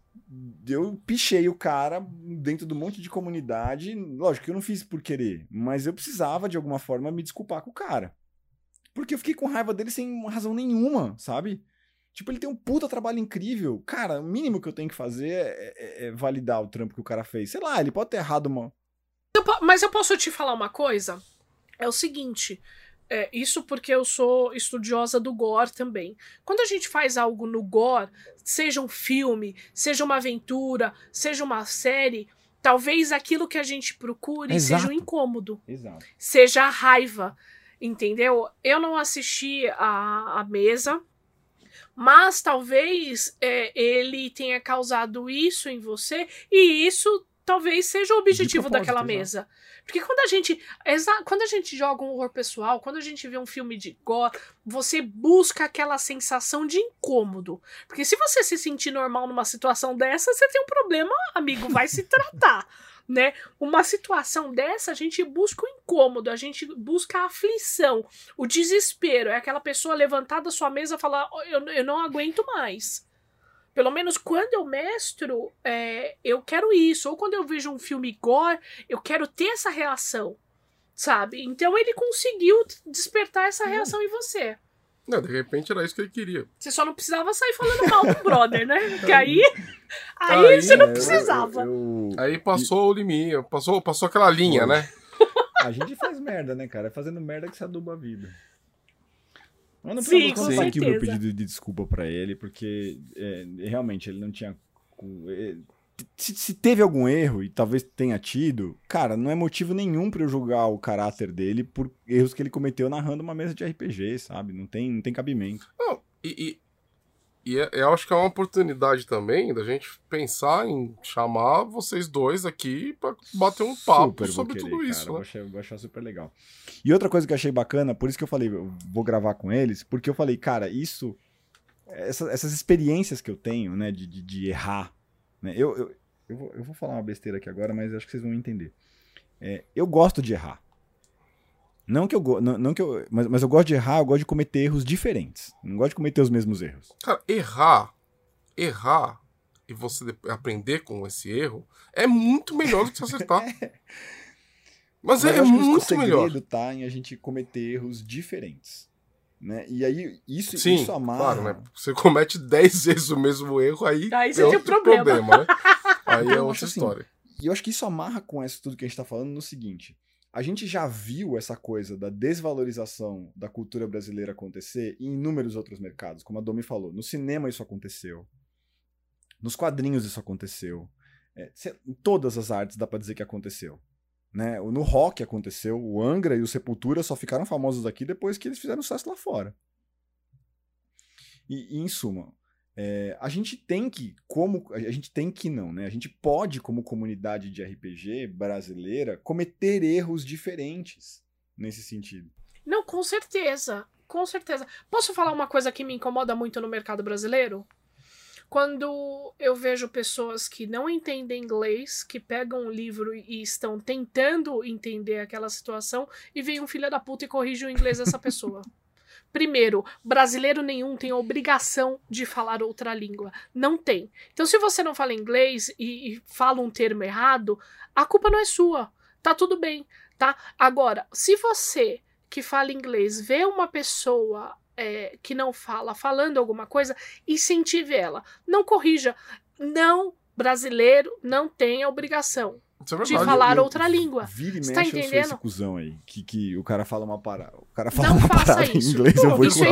eu pichei o cara dentro de um monte de comunidade. Lógico que eu não fiz por querer, mas eu precisava, de alguma forma, me desculpar com o cara. Porque eu fiquei com raiva dele sem razão nenhuma, sabe? Tipo, ele tem um puta trabalho incrível. Cara, o mínimo que eu tenho que fazer é validar o trampo que o cara fez. Sei lá, ele pode ter errado uma... Mas eu posso te falar uma coisa? É o seguinte... isso porque eu sou estudiosa do gore também. Quando a gente faz algo no gore, seja um filme, seja uma aventura, seja uma série, talvez aquilo que a gente procure seja um incômodo. Exato. Seja a raiva, entendeu? Eu não assisti a mesa, mas talvez ele tenha causado isso em você, e isso talvez seja o objetivo daquela mesa. Porque quando a gente joga um horror pessoal, quando a gente vê um filme de gore, você busca aquela sensação de incômodo. Porque se você se sentir normal numa situação dessa, você tem um problema, amigo, vai se tratar, né? Uma situação dessa, a gente busca o incômodo, a gente busca a aflição, o desespero. É aquela pessoa levantar da sua mesa e falar, eu não aguento mais. Pelo menos quando eu mestro, eu quero isso. Ou quando eu vejo um filme gore, eu quero ter essa reação, sabe? Então ele conseguiu despertar essa reação em você. Não, de repente era isso que ele queria. Você só não precisava sair falando mal do brother, né? Porque aí você não precisava. Aí passou o limite, passou aquela linha, né? A gente faz merda, né, cara? É fazendo merda que se aduba a vida. Mas no Sim, final com tá aqui o meu certeza. pedido de desculpa pra ele, porque realmente ele não tinha... Se teve algum erro, e talvez tenha tido, cara, não é motivo nenhum pra eu julgar o caráter dele por erros que ele cometeu narrando uma mesa de RPG, sabe? Não tem cabimento. Não, eu acho que é uma oportunidade também da gente pensar em chamar vocês dois aqui pra bater um papo sobre tudo isso, cara, né? Vou achar super legal. E outra coisa que eu achei bacana, por isso que eu falei, eu vou gravar com eles, porque eu falei, cara, essas experiências que eu tenho, né, de errar, né, eu vou falar uma besteira aqui agora, mas acho que vocês vão entender. Eu gosto de errar. Mas eu gosto de errar, eu gosto de cometer erros diferentes. Não gosto de cometer os mesmos erros. Cara, errar e você aprender com esse erro é muito melhor do que você acertar. Mas eu é acho que muito melhor. O segredo tá em a gente cometer erros diferentes. Né? E aí, isso amarra... claro, né? Você comete 10 vezes o mesmo erro, aí você tem um problema. Né? Aí é outra história. E eu acho que isso amarra com isso tudo que a gente tá falando no seguinte. A gente já viu essa coisa da desvalorização da cultura brasileira acontecer em inúmeros outros mercados, como a Domi falou. No cinema isso aconteceu. Nos quadrinhos isso aconteceu. Em todas as artes dá pra dizer que aconteceu. Né? No rock aconteceu. O Angra e o Sepultura só ficaram famosos aqui depois que eles fizeram sucesso lá fora. E em suma, a gente pode, como comunidade de RPG brasileira, cometer erros diferentes nesse sentido. Não, com certeza. Com certeza. Posso falar uma coisa que me incomoda muito no mercado brasileiro? Quando eu vejo pessoas que não entendem inglês, que pegam um livro e estão tentando entender aquela situação, e vem um filho da puta e corrige o inglês dessa pessoa. Primeiro, brasileiro nenhum tem a obrigação de falar outra língua. Não tem. Então, se você não fala inglês e fala um termo errado, a culpa não é sua. Tá tudo bem, tá? Agora, se você que fala inglês vê uma pessoa que não fala falando alguma coisa, incentive ela. Não corrija. Não, brasileiro não tem a obrigação de falar outra língua. Vira e mexe, tá entendendo? Eu sou esse cuzão aí, que o cara fala uma parada. O cara fala uma parada em inglês, eu vou isso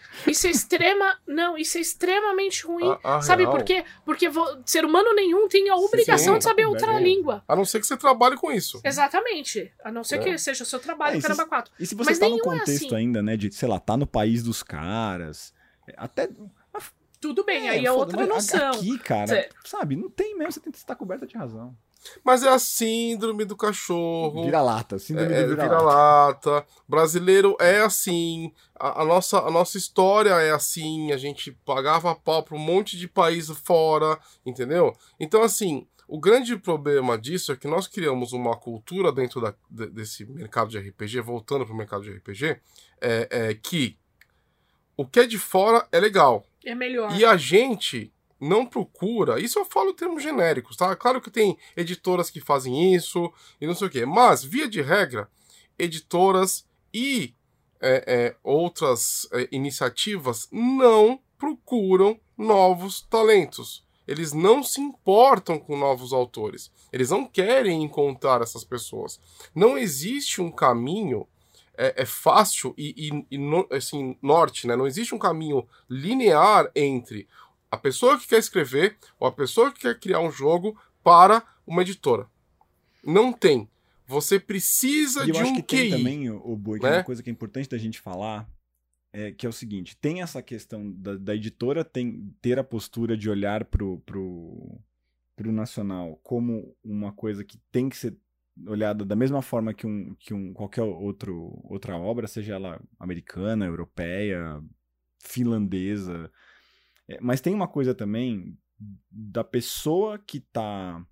é extremamente ruim. Sabe por quê? Porque ser humano nenhum tem a obrigação de saber outra língua. A não ser que você trabalhe com isso. Exatamente. A não ser que seja o seu trabalho, caramba, 4. E se você tá no contexto ainda, né, de, sei lá, tá no país dos caras, até... Tudo bem, aí é outra noção. Aqui, cara, sabe, não tem mesmo, você tem que estar coberta de razão. Mas é a síndrome do cachorro. Vira-lata, síndrome do vira-lata. Brasileiro é assim. A nossa história é assim. A gente pagava pau pra um monte de país fora, entendeu? Então, assim, o grande problema disso é que nós criamos uma cultura dentro desse mercado de RPG, voltando pro mercado de RPG, que o que é de fora é legal. É melhor. E a gente não procura, isso eu falo em termos genéricos, tá? Claro que tem editoras que fazem isso e não sei o quê, mas, via de regra, editoras e outras iniciativas não procuram novos talentos. Eles não se importam com novos autores. Eles não querem encontrar essas pessoas. Não existe um caminho fácil assim, norte, né? Não existe um caminho linear entre a pessoa que quer escrever ou a pessoa que quer criar um jogo para uma editora. Não tem. Você precisa de um QI. Eu acho que tem também, Boi, que é uma coisa que é importante da gente falar, que é o seguinte, tem essa questão da editora ter a postura de olhar pro nacional como uma coisa que tem que ser olhada da mesma forma que qualquer outra obra, seja ela americana, europeia, finlandesa. Mas tem uma coisa também da pessoa que está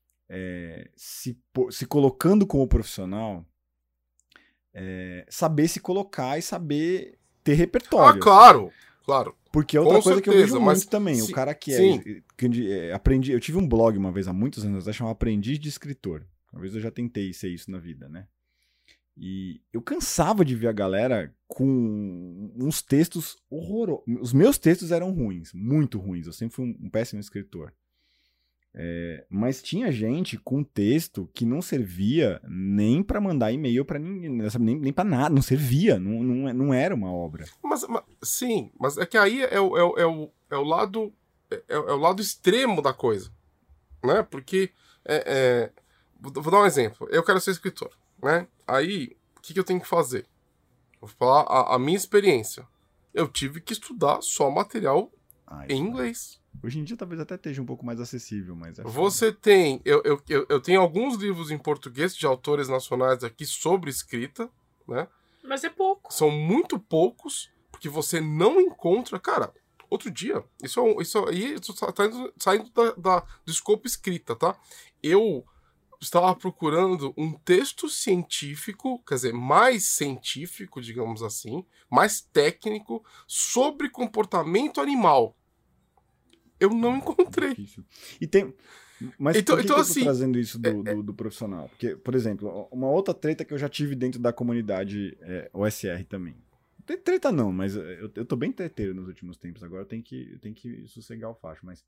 se colocando como profissional, saber se colocar e saber ter repertório. Ah, claro. Porque é outra Com coisa que eu certeza, vejo mas muito também. O sim, cara que sim. aprendi. Eu tive um blog uma vez há muitos anos atrás, chamado Aprendiz de Escritor. Uma vez eu já tentei ser isso na vida, né? E eu cansava de ver a galera com uns textos horrorosos. Os meus textos eram ruins, muito ruins. Eu sempre fui um péssimo escritor. Mas tinha gente com texto que não servia nem pra mandar e-mail pra ninguém, nem pra nada, não servia, não era uma obra. Sim, mas é que aí é o lado extremo da coisa, né? Porque, vou dar um exemplo, eu quero ser escritor, né? Aí, o que eu tenho que fazer? Vou falar a minha experiência. Eu tive que estudar só material em inglês. Hoje em dia talvez até esteja um pouco mais acessível, mas Você tem... Eu tenho alguns livros em português de autores nacionais aqui sobre escrita, né? Mas é pouco. São muito poucos, porque você não encontra... Cara, outro dia, isso aí tá saindo do escopo escrita, tá? Eu estava procurando um texto científico, quer dizer, mais científico, digamos assim, mais técnico, sobre comportamento animal. Eu não encontrei. Difícil. E tem... Mas então, por que eu assim, tô trazendo isso do profissional? Porque, por exemplo, uma outra treta que eu já tive dentro da comunidade OSR também. Treta não, mas eu tô bem treteiro nos últimos tempos. Agora eu tenho que sossegar o facho, mas...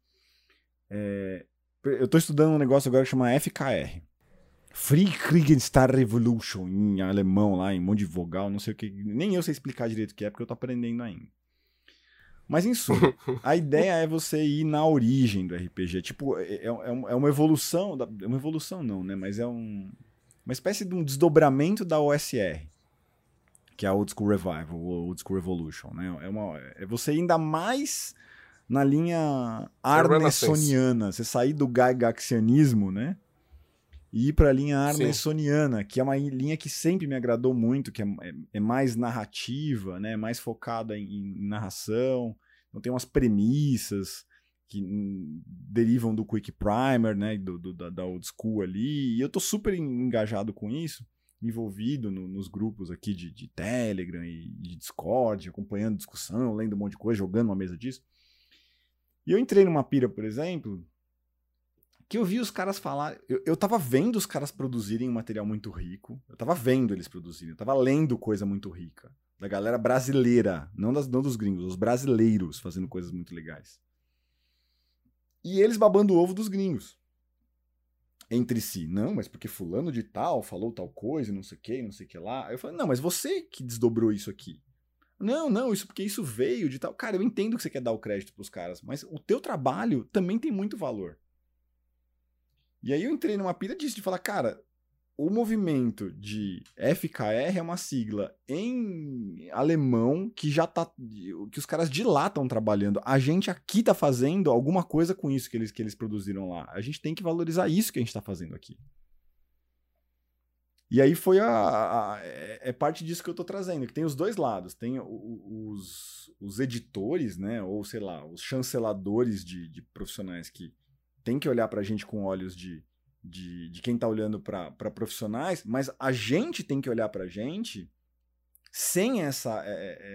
eu tô estudando um negócio agora que chama FKR. Free Kriegenstar Revolution, em alemão lá, em um monte de vogal, não sei o que. Nem eu sei explicar direito o que é, porque eu tô aprendendo ainda. Mas em suma, a ideia é você ir na origem do RPG. Tipo, é uma evolução. Uma evolução não, né? Mas é uma espécie de um desdobramento da OSR. Que é a Old School Revival, ou Old School Revolution, né? É você ir ainda mais na linha arnessoniana. Você sair do gygaxianismo, né? E ir para a linha arnessoniana, que é uma linha que sempre me agradou muito, que é mais narrativa, né? Mais focada em narração. Então tem umas premissas que derivam do Quick Primer, né? Da Old School ali. E eu tô super engajado com isso, envolvido nos grupos aqui de Telegram e de Discord, acompanhando discussão, lendo um monte de coisa, jogando uma mesa disso. E eu entrei numa pira, por exemplo... que eu vi os caras falar... Eu tava vendo os caras produzirem um material muito rico. Eu tava vendo eles produzirem. Eu tava lendo coisa muito rica. Da galera brasileira. Não dos gringos. Os brasileiros fazendo coisas muito legais. E eles babando o ovo dos gringos. Entre si. Não, mas porque fulano de tal falou tal coisa, não sei o que lá. Aí eu falei, não, mas você que desdobrou isso aqui. Não, isso porque isso veio de tal... Cara, eu entendo que você quer dar o crédito pros caras. Mas o teu trabalho também tem muito valor. E aí eu entrei numa pira disso, de falar, cara, o movimento de FKR é uma sigla em alemão que já tá... que os caras de lá estão trabalhando. A gente aqui tá fazendo alguma coisa com isso que eles produziram lá. A gente tem que valorizar isso que a gente tá fazendo aqui. E aí foi parte disso que eu tô trazendo, que tem os dois lados. Tem os editores, né, ou sei lá, os chanceladores de profissionais que tem que olhar pra gente com olhos de quem tá olhando pra profissionais, mas a gente tem que olhar pra gente sem essa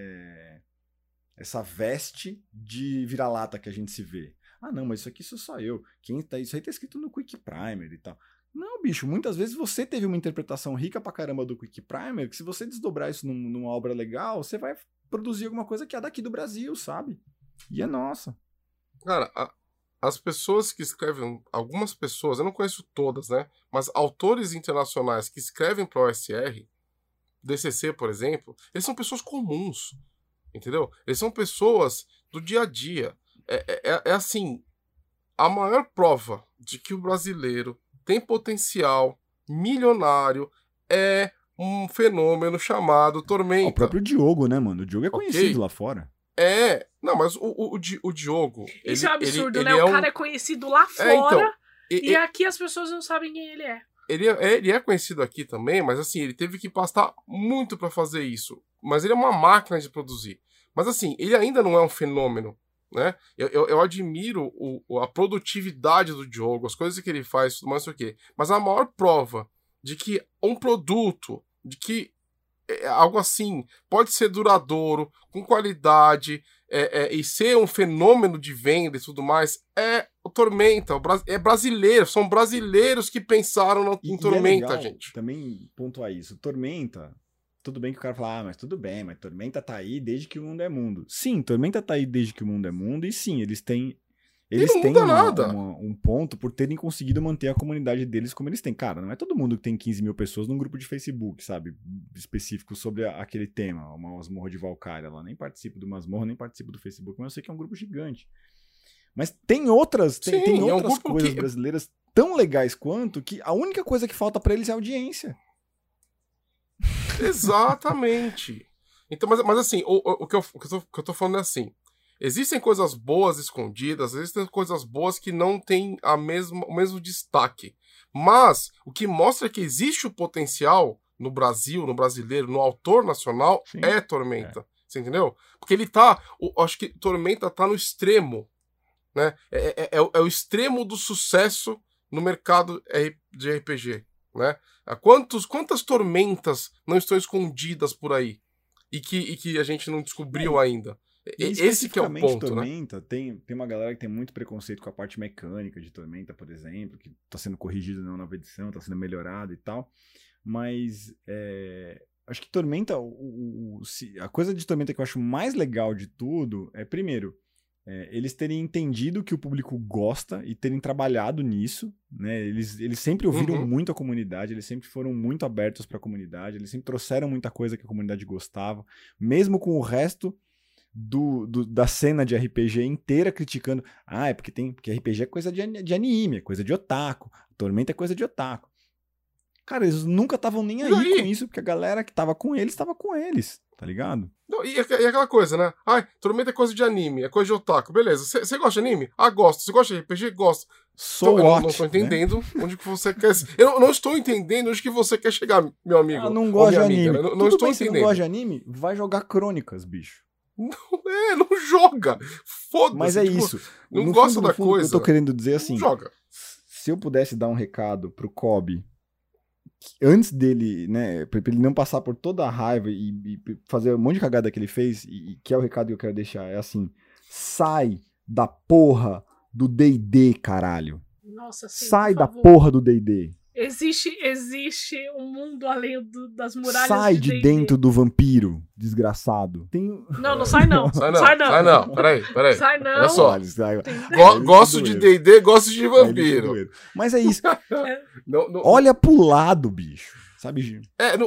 veste de vira-lata que a gente se vê. Ah, não, mas isso aqui sou só eu. Isso aí tá escrito no Quick Primer e tal. Não, bicho, muitas vezes você teve uma interpretação rica pra caramba do Quick Primer, que se você desdobrar isso numa obra legal, você vai produzir alguma coisa que é daqui do Brasil, sabe? E é nossa. Cara, as pessoas que escrevem, algumas pessoas, eu não conheço todas, né? Mas autores internacionais que escrevem para o OSR, DCC, por exemplo, eles são pessoas comuns, entendeu? Eles são pessoas do dia a dia. É assim, a maior prova de que o brasileiro tem potencial milionário é um fenômeno chamado Tormenta. O próprio Diogo, né, mano? O Diogo é conhecido lá fora. Não, mas o Diogo... Isso é um absurdo, né? O cara é conhecido lá fora e aqui as pessoas não sabem quem ele é. Ele é conhecido aqui também, mas assim, ele teve que passar muito pra fazer isso. Mas ele é uma máquina de produzir. Mas assim, ele ainda não é um fenômeno, né? Eu admiro a produtividade do Diogo, as coisas que ele faz, tudo mais, não sei o quê. Mas a maior prova de que um produto, de que algo assim pode ser duradouro, com qualidade, e ser um fenômeno de venda e tudo mais, é o Tormenta. É brasileiro, são brasileiros que pensaram em Tormenta, é legal gente. Também pontuar isso. Tormenta, tudo bem que o cara fala, mas tudo bem, mas Tormenta tá aí desde que o mundo é mundo. Sim, Tormenta tá aí desde que o mundo é mundo, e sim, eles têm um ponto por terem conseguido manter a comunidade deles como eles têm. Cara, não é todo mundo que tem 15 mil pessoas num grupo de Facebook, sabe? Específico sobre aquele tema, uma masmorra de Valkyria lá. Nem participo do masmorra, nem participo do Facebook, mas eu sei que é um grupo gigante. Mas tem outras, tem outras coisas brasileiras tão legais quanto que a única coisa que falta pra eles é audiência. Exatamente. Então, mas assim, o que eu tô falando é assim. Existem coisas boas escondidas, existem coisas boas que não têm o mesmo destaque. Mas o que mostra que existe o potencial no Brasil, no brasileiro, no autor nacional, sim, é Tormenta. Você entendeu? Porque ele tá... acho que Tormenta tá no extremo, né? É o extremo do sucesso no mercado de RPG, né? Quantas tormentas não estão escondidas por aí? E que a gente não descobriu ainda? Esse que é o ponto, Tormenta, né? Tem uma galera que tem muito preconceito com a parte mecânica de Tormenta, por exemplo, que tá sendo corrigido na nova edição, tá sendo melhorado e tal. Mas acho que Tormenta, a coisa de Tormenta que eu acho mais legal de tudo é, primeiro, eles terem entendido que o público gosta e terem trabalhado nisso, né? Eles sempre ouviram muito a comunidade, eles sempre foram muito abertos para a comunidade, eles sempre trouxeram muita coisa que a comunidade gostava, mesmo com o resto da cena de RPG inteira criticando. É porque RPG é coisa de anime, é coisa de otaku, Tormenta é coisa de otaku. Cara, eles nunca estavam nem aí com isso, porque a galera que tava com eles, tá ligado? Não, e aquela coisa, né? Tormenta é coisa de anime, é coisa de otaku. Beleza, você gosta de anime? Gosto. Você gosta de RPG? Gosto. Então, eu não estou entendendo, né? Onde que você quer... Eu não estou entendendo onde que você quer chegar, meu amigo. Não gosta de anime. Amiga, não estou entendendo. Se não gosta de anime, vai jogar Crônicas, bicho. Não joga. Foda-se. Mas isso. Não gosta da coisa. Eu tô querendo dizer assim. Não joga. Se eu pudesse dar um recado pro Kobe, antes dele, né, pra ele não passar por toda a raiva e fazer um monte de cagada que ele fez, e que é o recado que eu quero deixar, é assim: sai da porra do D&D, caralho. Nossa, sim, sai da porra do D&D. Existe um mundo além das muralhas. Sai de dentro do vampiro, desgraçado. Não sai não. Sai não. Peraí. Sai não. Olha só. Gosto de D&D, gosto de vampiro. Mas é isso. Olha pro lado, bicho. Sabe, Gil?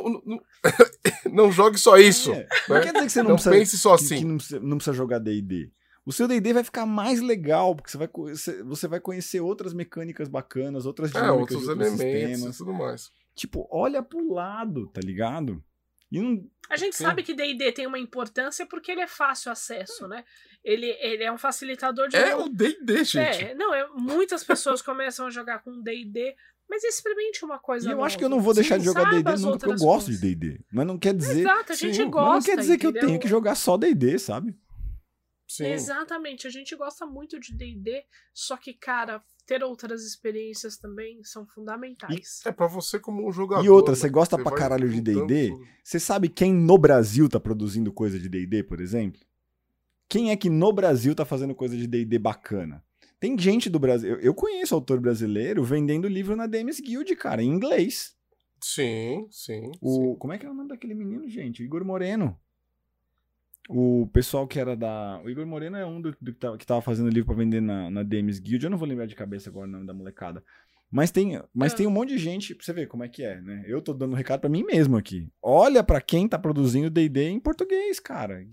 Não jogue só isso. Né? Não quer dizer que você não precisa, pense só assim. Que não precisa jogar D&D. O seu D&D vai ficar mais legal, porque você vai conhecer outras mecânicas bacanas, outras dinâmicas, outros elementos e tudo mais. Tipo, olha pro lado, tá ligado? A gente sabe que D&D tem uma importância porque ele é fácil acesso, né? Ele é um facilitador de... o D&D, gente. Muitas pessoas começam a jogar com D&D, mas experimente uma coisa nova. E eu acho que eu não vou deixar de jogar D&D nunca, porque eu gosto de D&D. Mas não quer dizer... Exato, a gente gosta, mas não quer dizer que eu tenho que jogar só D&D, sabe? Sim. Exatamente, a gente gosta muito de D&D, só que, cara, ter outras experiências também são fundamentais. Pra você como um jogador. E outra, você gosta pra caralho de D&D? Você sabe quem no Brasil tá produzindo coisa de D&D, por exemplo? Quem é que no Brasil tá fazendo coisa de D&D bacana? Tem gente do Brasil... Eu conheço autor brasileiro vendendo livro na DMs Guild, cara, em inglês. Sim. Como é que é o nome daquele menino, gente? O Igor Moreno. O pessoal que era o Igor Moreno é um que tava fazendo livro pra vender na DMs Guild. Eu não vou lembrar de cabeça agora o nome da molecada. Mas tem um monte de gente, pra você ver como é que é, né? Eu tô dando um recado pra mim mesmo aqui. Olha pra quem tá produzindo D&D em português, cara.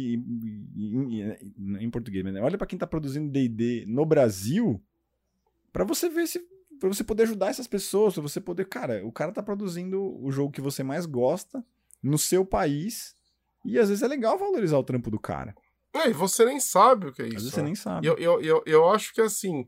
Em português, né? Olha pra quem tá produzindo D&D no Brasil pra você ver pra você poder ajudar essas pessoas, pra você poder... Cara, o cara tá produzindo o jogo que você mais gosta no seu país... E às vezes é legal valorizar o trampo do cara. E você nem sabe o que é isso. Às vezes você nem sabe. Eu acho que assim,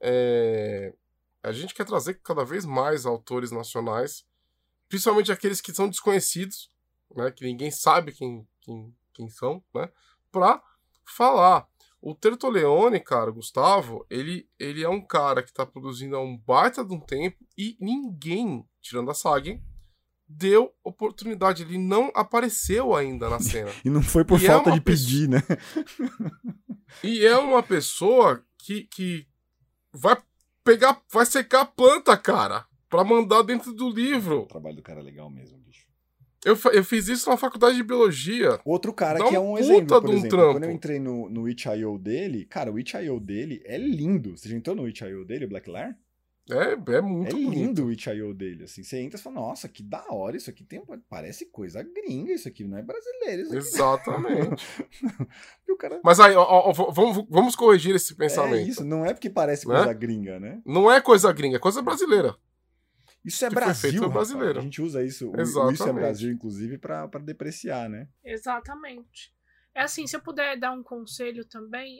a gente quer trazer cada vez mais autores nacionais, principalmente aqueles que são desconhecidos, né, que ninguém sabe quem são, né, pra falar. O Tertoleone, cara, Gustavo, ele é um cara que tá produzindo há um baita de um tempo e ninguém, tirando a Sagen, deu oportunidade, ele não apareceu ainda na cena. E não foi por E é falta uma de pedir, né? E é uma pessoa que vai secar a planta, cara, pra mandar dentro do O livro. trabalho do cara é legal mesmo, bicho. Eu fiz isso na faculdade de biologia. Outro cara Dá que é um um puta exemplo, por de um exemplo, trampo. quando eu entrei no itch.io dele, cara, o itch.io dele é lindo. Você já entrou no itch.io dele, o Black Lair? É muito É lindo bonito. o itch.io dele, assim. Você entra e fala, nossa, que da hora isso aqui. Parece coisa gringa isso aqui, não é brasileiro isso aqui. Exatamente. E o cara... Mas aí, ó, vamos corrigir esse É pensamento. isso, não é porque parece Né? coisa gringa, né? Não é coisa gringa, é coisa brasileira. Isso é Que foi feito Brasil, no rapaz. brasileiro. A gente usa isso, o Exatamente. Isso é Brasil, inclusive, pra depreciar, né? Exatamente. É assim, se eu puder dar um conselho também,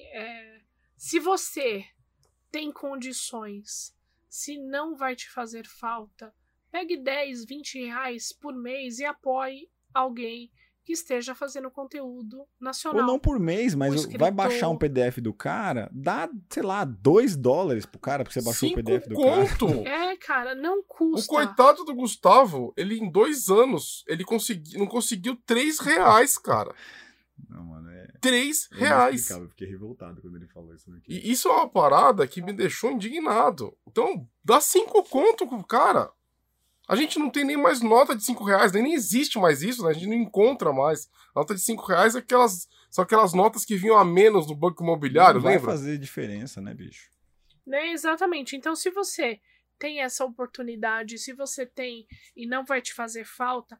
se você tem condições, se não vai te fazer falta, pegue 10, 20 reais por mês e apoie alguém que esteja fazendo conteúdo nacional. Ou não por mês, mas escritor. vai baixar um PDF do cara, dá, sei lá, $2 pro cara, porque você baixou o 5 PDF do cara. conto. Cara, não O custa. coitado do Gustavo, ele em 2 anos, ele não conseguiu R$3, cara. Não, mano, é R$3. inexplicável. Eu fiquei revoltado quando ele falou isso aqui. E isso é uma parada que me deixou indignado. Então, dá 5 conto pro cara. A gente não tem nem mais nota de R$5, nem existe mais isso, né? A gente não encontra mais. Nota de R$5 são aquelas notas que vinham a menos no banco imobiliário, Não vai lembra? fazer diferença, né, bicho? Né, exatamente. Então, se você tem essa oportunidade, se você tem e não vai te fazer falta,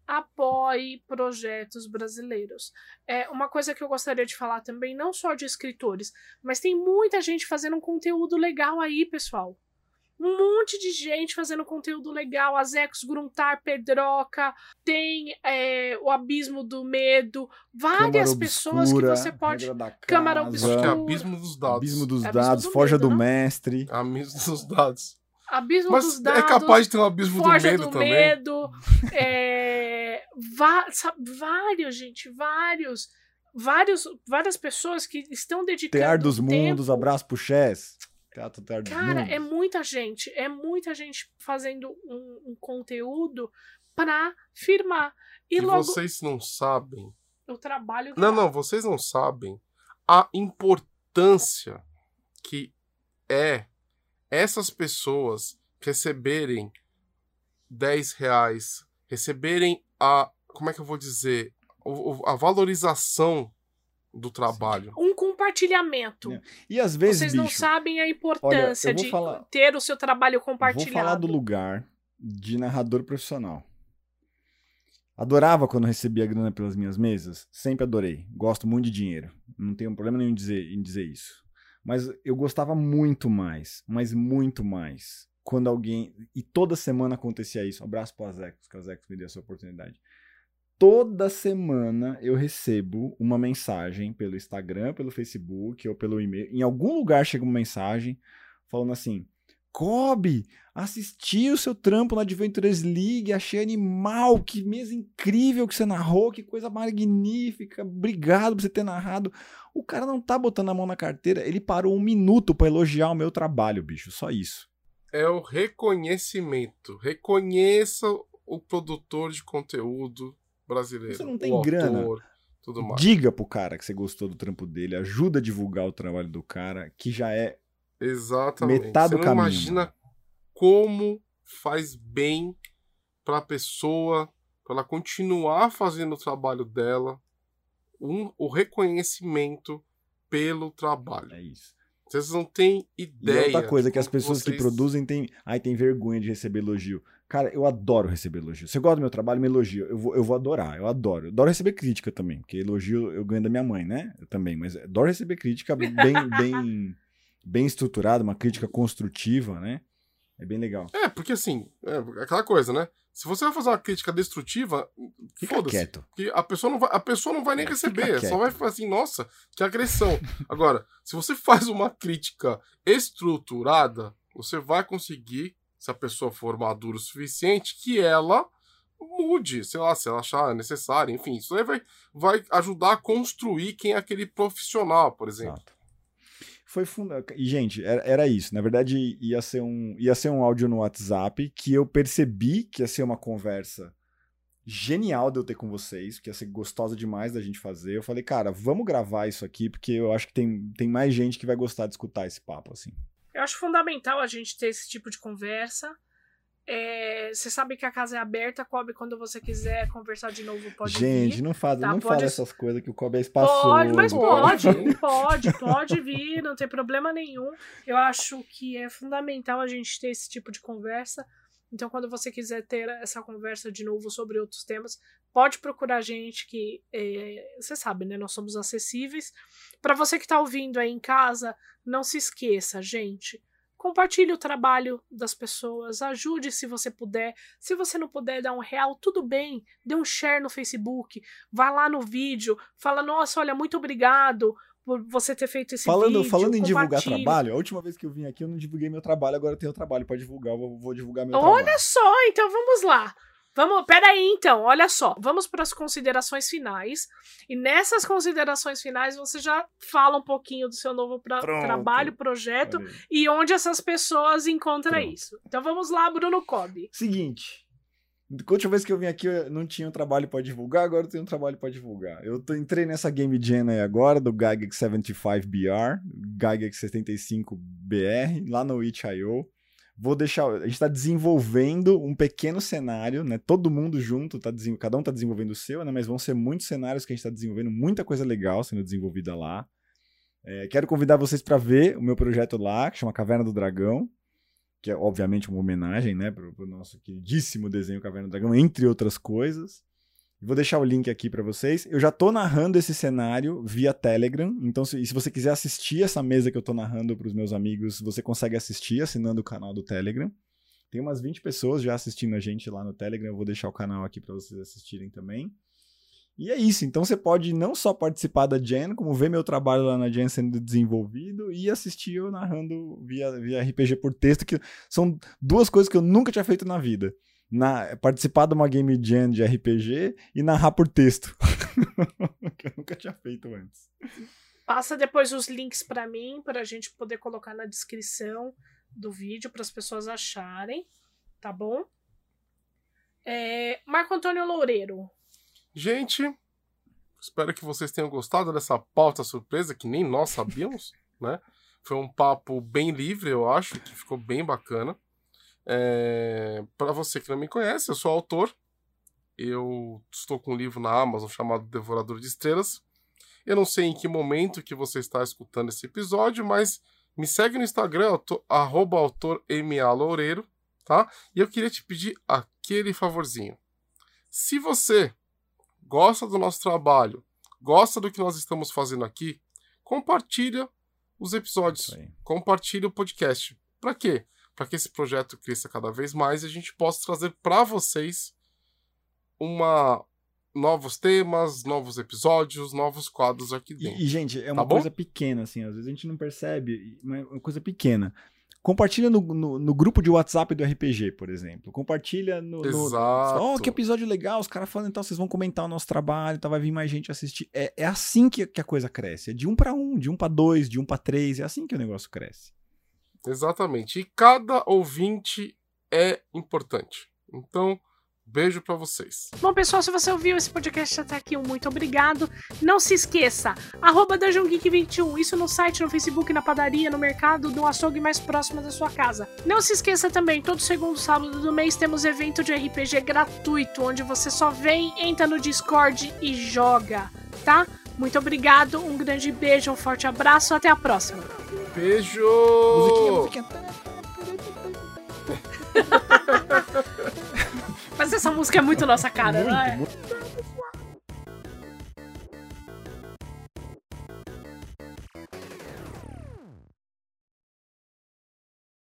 apoie projetos brasileiros. Uma coisa que eu gostaria de falar também, não só de escritores, mas tem muita gente fazendo um conteúdo legal aí, pessoal. Um monte de gente fazendo conteúdo legal. Azecos, Gruntar, Pedroca, tem o Abismo do Medo, várias Câmara pessoas Obscura, que você pode... Regra da Câmara Casa, Acho que é Obscura. Abismo dos Dados. Abismo dos Abismo Dados, do Forja Medo, do né? Mestre. Abismo dos Dados. Abismo Mas dos é Dados, capaz de ter um Abismo do Forja Medo do também. Medo, vários, gente, várias pessoas que estão dedicando Tear dos tempo. Mundos, abraço pro Chess. Teatro Tear dos Cara, Mundos. é muita gente fazendo um conteúdo pra firmar. E E logo vocês não sabem. o trabalho que Não, vocês não sabem a importância que é essas pessoas receberem R$10, receberem como é que eu vou dizer, a valorização do trabalho. um compartilhamento. É. E às vezes, Vocês bicho, não sabem a importância eu vou de falar- ter o seu trabalho vou compartilhado. falar do lugar de narrador profissional. Adorava quando recebia grana pelas minhas mesas. Sempre adorei. Gosto muito de dinheiro. Não tenho problema nenhum em dizer isso. Mas eu gostava muito mais, mas muito mais, quando alguém... E toda semana acontecia isso. Um abraço pro Azecos, que o Azecos me deu essa oportunidade. Toda semana eu recebo uma mensagem pelo Instagram, pelo Facebook ou pelo e-mail. Em algum lugar chega uma mensagem falando assim: Kobe, assisti o seu trampo na Adventures League, achei animal, que mesa incrível que você narrou, que coisa magnífica, obrigado por você ter narrado. O cara não tá botando a mão na carteira, ele parou 1 minuto pra elogiar o meu trabalho, bicho, só isso. É o reconhecimento. Reconheça o produtor de conteúdo brasileiro. Você não tem o grana. autor, tudo mais. Diga pro cara que você gostou do trampo dele, ajuda a divulgar o trabalho do cara, que já é Exatamente. metade Você do não caminho, imagina mano. como faz bem pra pessoa, pra ela continuar fazendo o trabalho dela, o reconhecimento pelo trabalho. É isso. Vocês não têm E ideia. outra coisa, de que as como pessoas que vocês- produzem tem vergonha de receber elogio. Cara, eu adoro receber elogio. Você gosta do meu trabalho, me elogia. Eu vou adorar, eu adoro. Eu adoro receber crítica também, porque elogio eu ganho da minha mãe, né? Eu também, mas adoro receber crítica bem estruturada, uma crítica construtiva, né? É bem legal. Porque assim, é aquela coisa, né? Se você vai fazer uma crítica destrutiva, Fica foda-se. quieto. Porque a pessoa não vai nem Fica receber, quieto. só vai falar assim, nossa, que agressão. Agora, se você faz uma crítica estruturada, você vai conseguir, se a pessoa for madura o suficiente, que ela mude, sei lá, se ela achar necessário, enfim, isso aí vai ajudar a construir quem é aquele profissional, por exemplo. Exato. E, gente, era isso. Na verdade, ia ser um áudio no WhatsApp que eu percebi que ia ser uma conversa genial de eu ter com vocês, que ia ser gostosa demais da gente fazer. Eu falei, cara, vamos gravar isso aqui, porque eu acho que tem mais gente que vai gostar de escutar esse papo, assim. Eu acho fundamental a gente ter esse tipo de conversa. Você sabe que a casa é aberta, Kobe, quando você quiser conversar de novo, pode vir. Gente, não fala essas coisas que o Kobe é espaçoso. Pode, mas pode vir, não tem problema nenhum. Eu acho que é fundamental a gente ter esse tipo de conversa. Então, quando você quiser ter essa conversa de novo sobre outros temas, pode procurar a gente, que você sabe, né? Nós somos acessíveis. Para você que está ouvindo aí em casa, não se esqueça, gente. Compartilhe o trabalho das pessoas, ajude se você puder. Se você não puder dar R$1, tudo bem, dê um share no Facebook, vai lá no vídeo, fala, nossa, olha, muito obrigado por você ter feito esse vídeo. Falando em divulgar trabalho, a última vez que eu vim aqui eu não divulguei meu trabalho, agora eu tenho trabalho para divulgar, eu vou divulgar meu trabalho. Olha só, então vamos lá. Peraí então, olha só, vamos para as considerações finais, e nessas considerações finais você já fala um pouquinho do seu novo trabalho, projeto, e onde essas pessoas encontram isso. Então vamos lá, Bruno Kobe. Seguinte, a última vez que eu vim aqui eu não tinha um trabalho para divulgar, agora eu tenho um trabalho para divulgar. Entrei nessa Game Jam aí agora, do Gygax 75BR, Gygax 75BR, lá no itch.io. A gente tá desenvolvendo um pequeno cenário, né? Todo mundo junto, cada um tá desenvolvendo o seu, né? Mas vão ser muitos cenários que a gente tá desenvolvendo, muita coisa legal sendo desenvolvida lá. Quero convidar vocês para ver o meu projeto lá, que chama Caverna do Dragão, que é obviamente uma homenagem, né, pro nosso queridíssimo desenho Caverna do Dragão, entre outras coisas. Vou deixar o link aqui para vocês. Eu já tô narrando esse cenário via Telegram, então se você quiser assistir essa mesa que eu tô narrando para os meus amigos, você consegue assistir assinando o canal do Telegram. Tem umas 20 pessoas já assistindo a gente lá no Telegram, eu vou deixar o canal aqui para vocês assistirem também. E é isso, então você pode não só participar da Jam, como ver meu trabalho lá na Jam sendo desenvolvido e assistir eu narrando via RPG por texto, que são duas coisas que eu nunca tinha feito na vida. Participar de uma Game Jam de RPG e narrar por texto. Que eu nunca tinha feito antes. Passa depois os links pra mim, pra gente poder colocar na descrição do vídeo, para as pessoas acharem, tá bom? Marco Antônio Loureiro. Gente, espero que vocês tenham gostado dessa pauta surpresa, que nem nós sabíamos, né? Foi um papo bem livre, eu acho, que ficou bem bacana. Para você que não me conhece, eu sou autor. Eu estou com um livro na Amazon chamado Devorador de Estrelas. Eu não sei em que momento que você está escutando esse episódio, mas me segue no Instagram, @autormaloureiro, tá? E eu queria te pedir aquele favorzinho. Se você gosta do nosso trabalho, gosta do que nós estamos fazendo aqui, compartilha os episódios, compartilha o podcast. Para quê? Para que esse projeto cresça cada vez mais e a gente possa trazer para vocês novos temas, novos episódios, novos quadros aqui dentro. E gente, é uma coisa pequena, assim, às vezes a gente não percebe, mas é uma coisa pequena. Compartilha no grupo de WhatsApp do RPG, por exemplo. Compartilha Exato. Que episódio legal, os caras falando, então vocês vão comentar o nosso trabalho, vai vir mais gente assistir. É assim que a coisa cresce. É de 1 para 1, de 1 para 2, de 1 para 3, é assim que o negócio cresce. Exatamente. E cada ouvinte é importante. Então, beijo pra vocês. Bom, pessoal, se você ouviu esse podcast até aqui, muito obrigado. Não se esqueça, @DungeonGeek21, isso no site, no Facebook, na padaria, no mercado, no açougue mais próximo da sua casa. Não se esqueça também, todo segundo sábado do mês temos evento de RPG gratuito, onde você só vem, entra no Discord e joga, tá? Muito obrigado, um grande beijo, um forte abraço, até a próxima. Beijo! Musiquinha. Mas essa música é muito nossa cara, não é?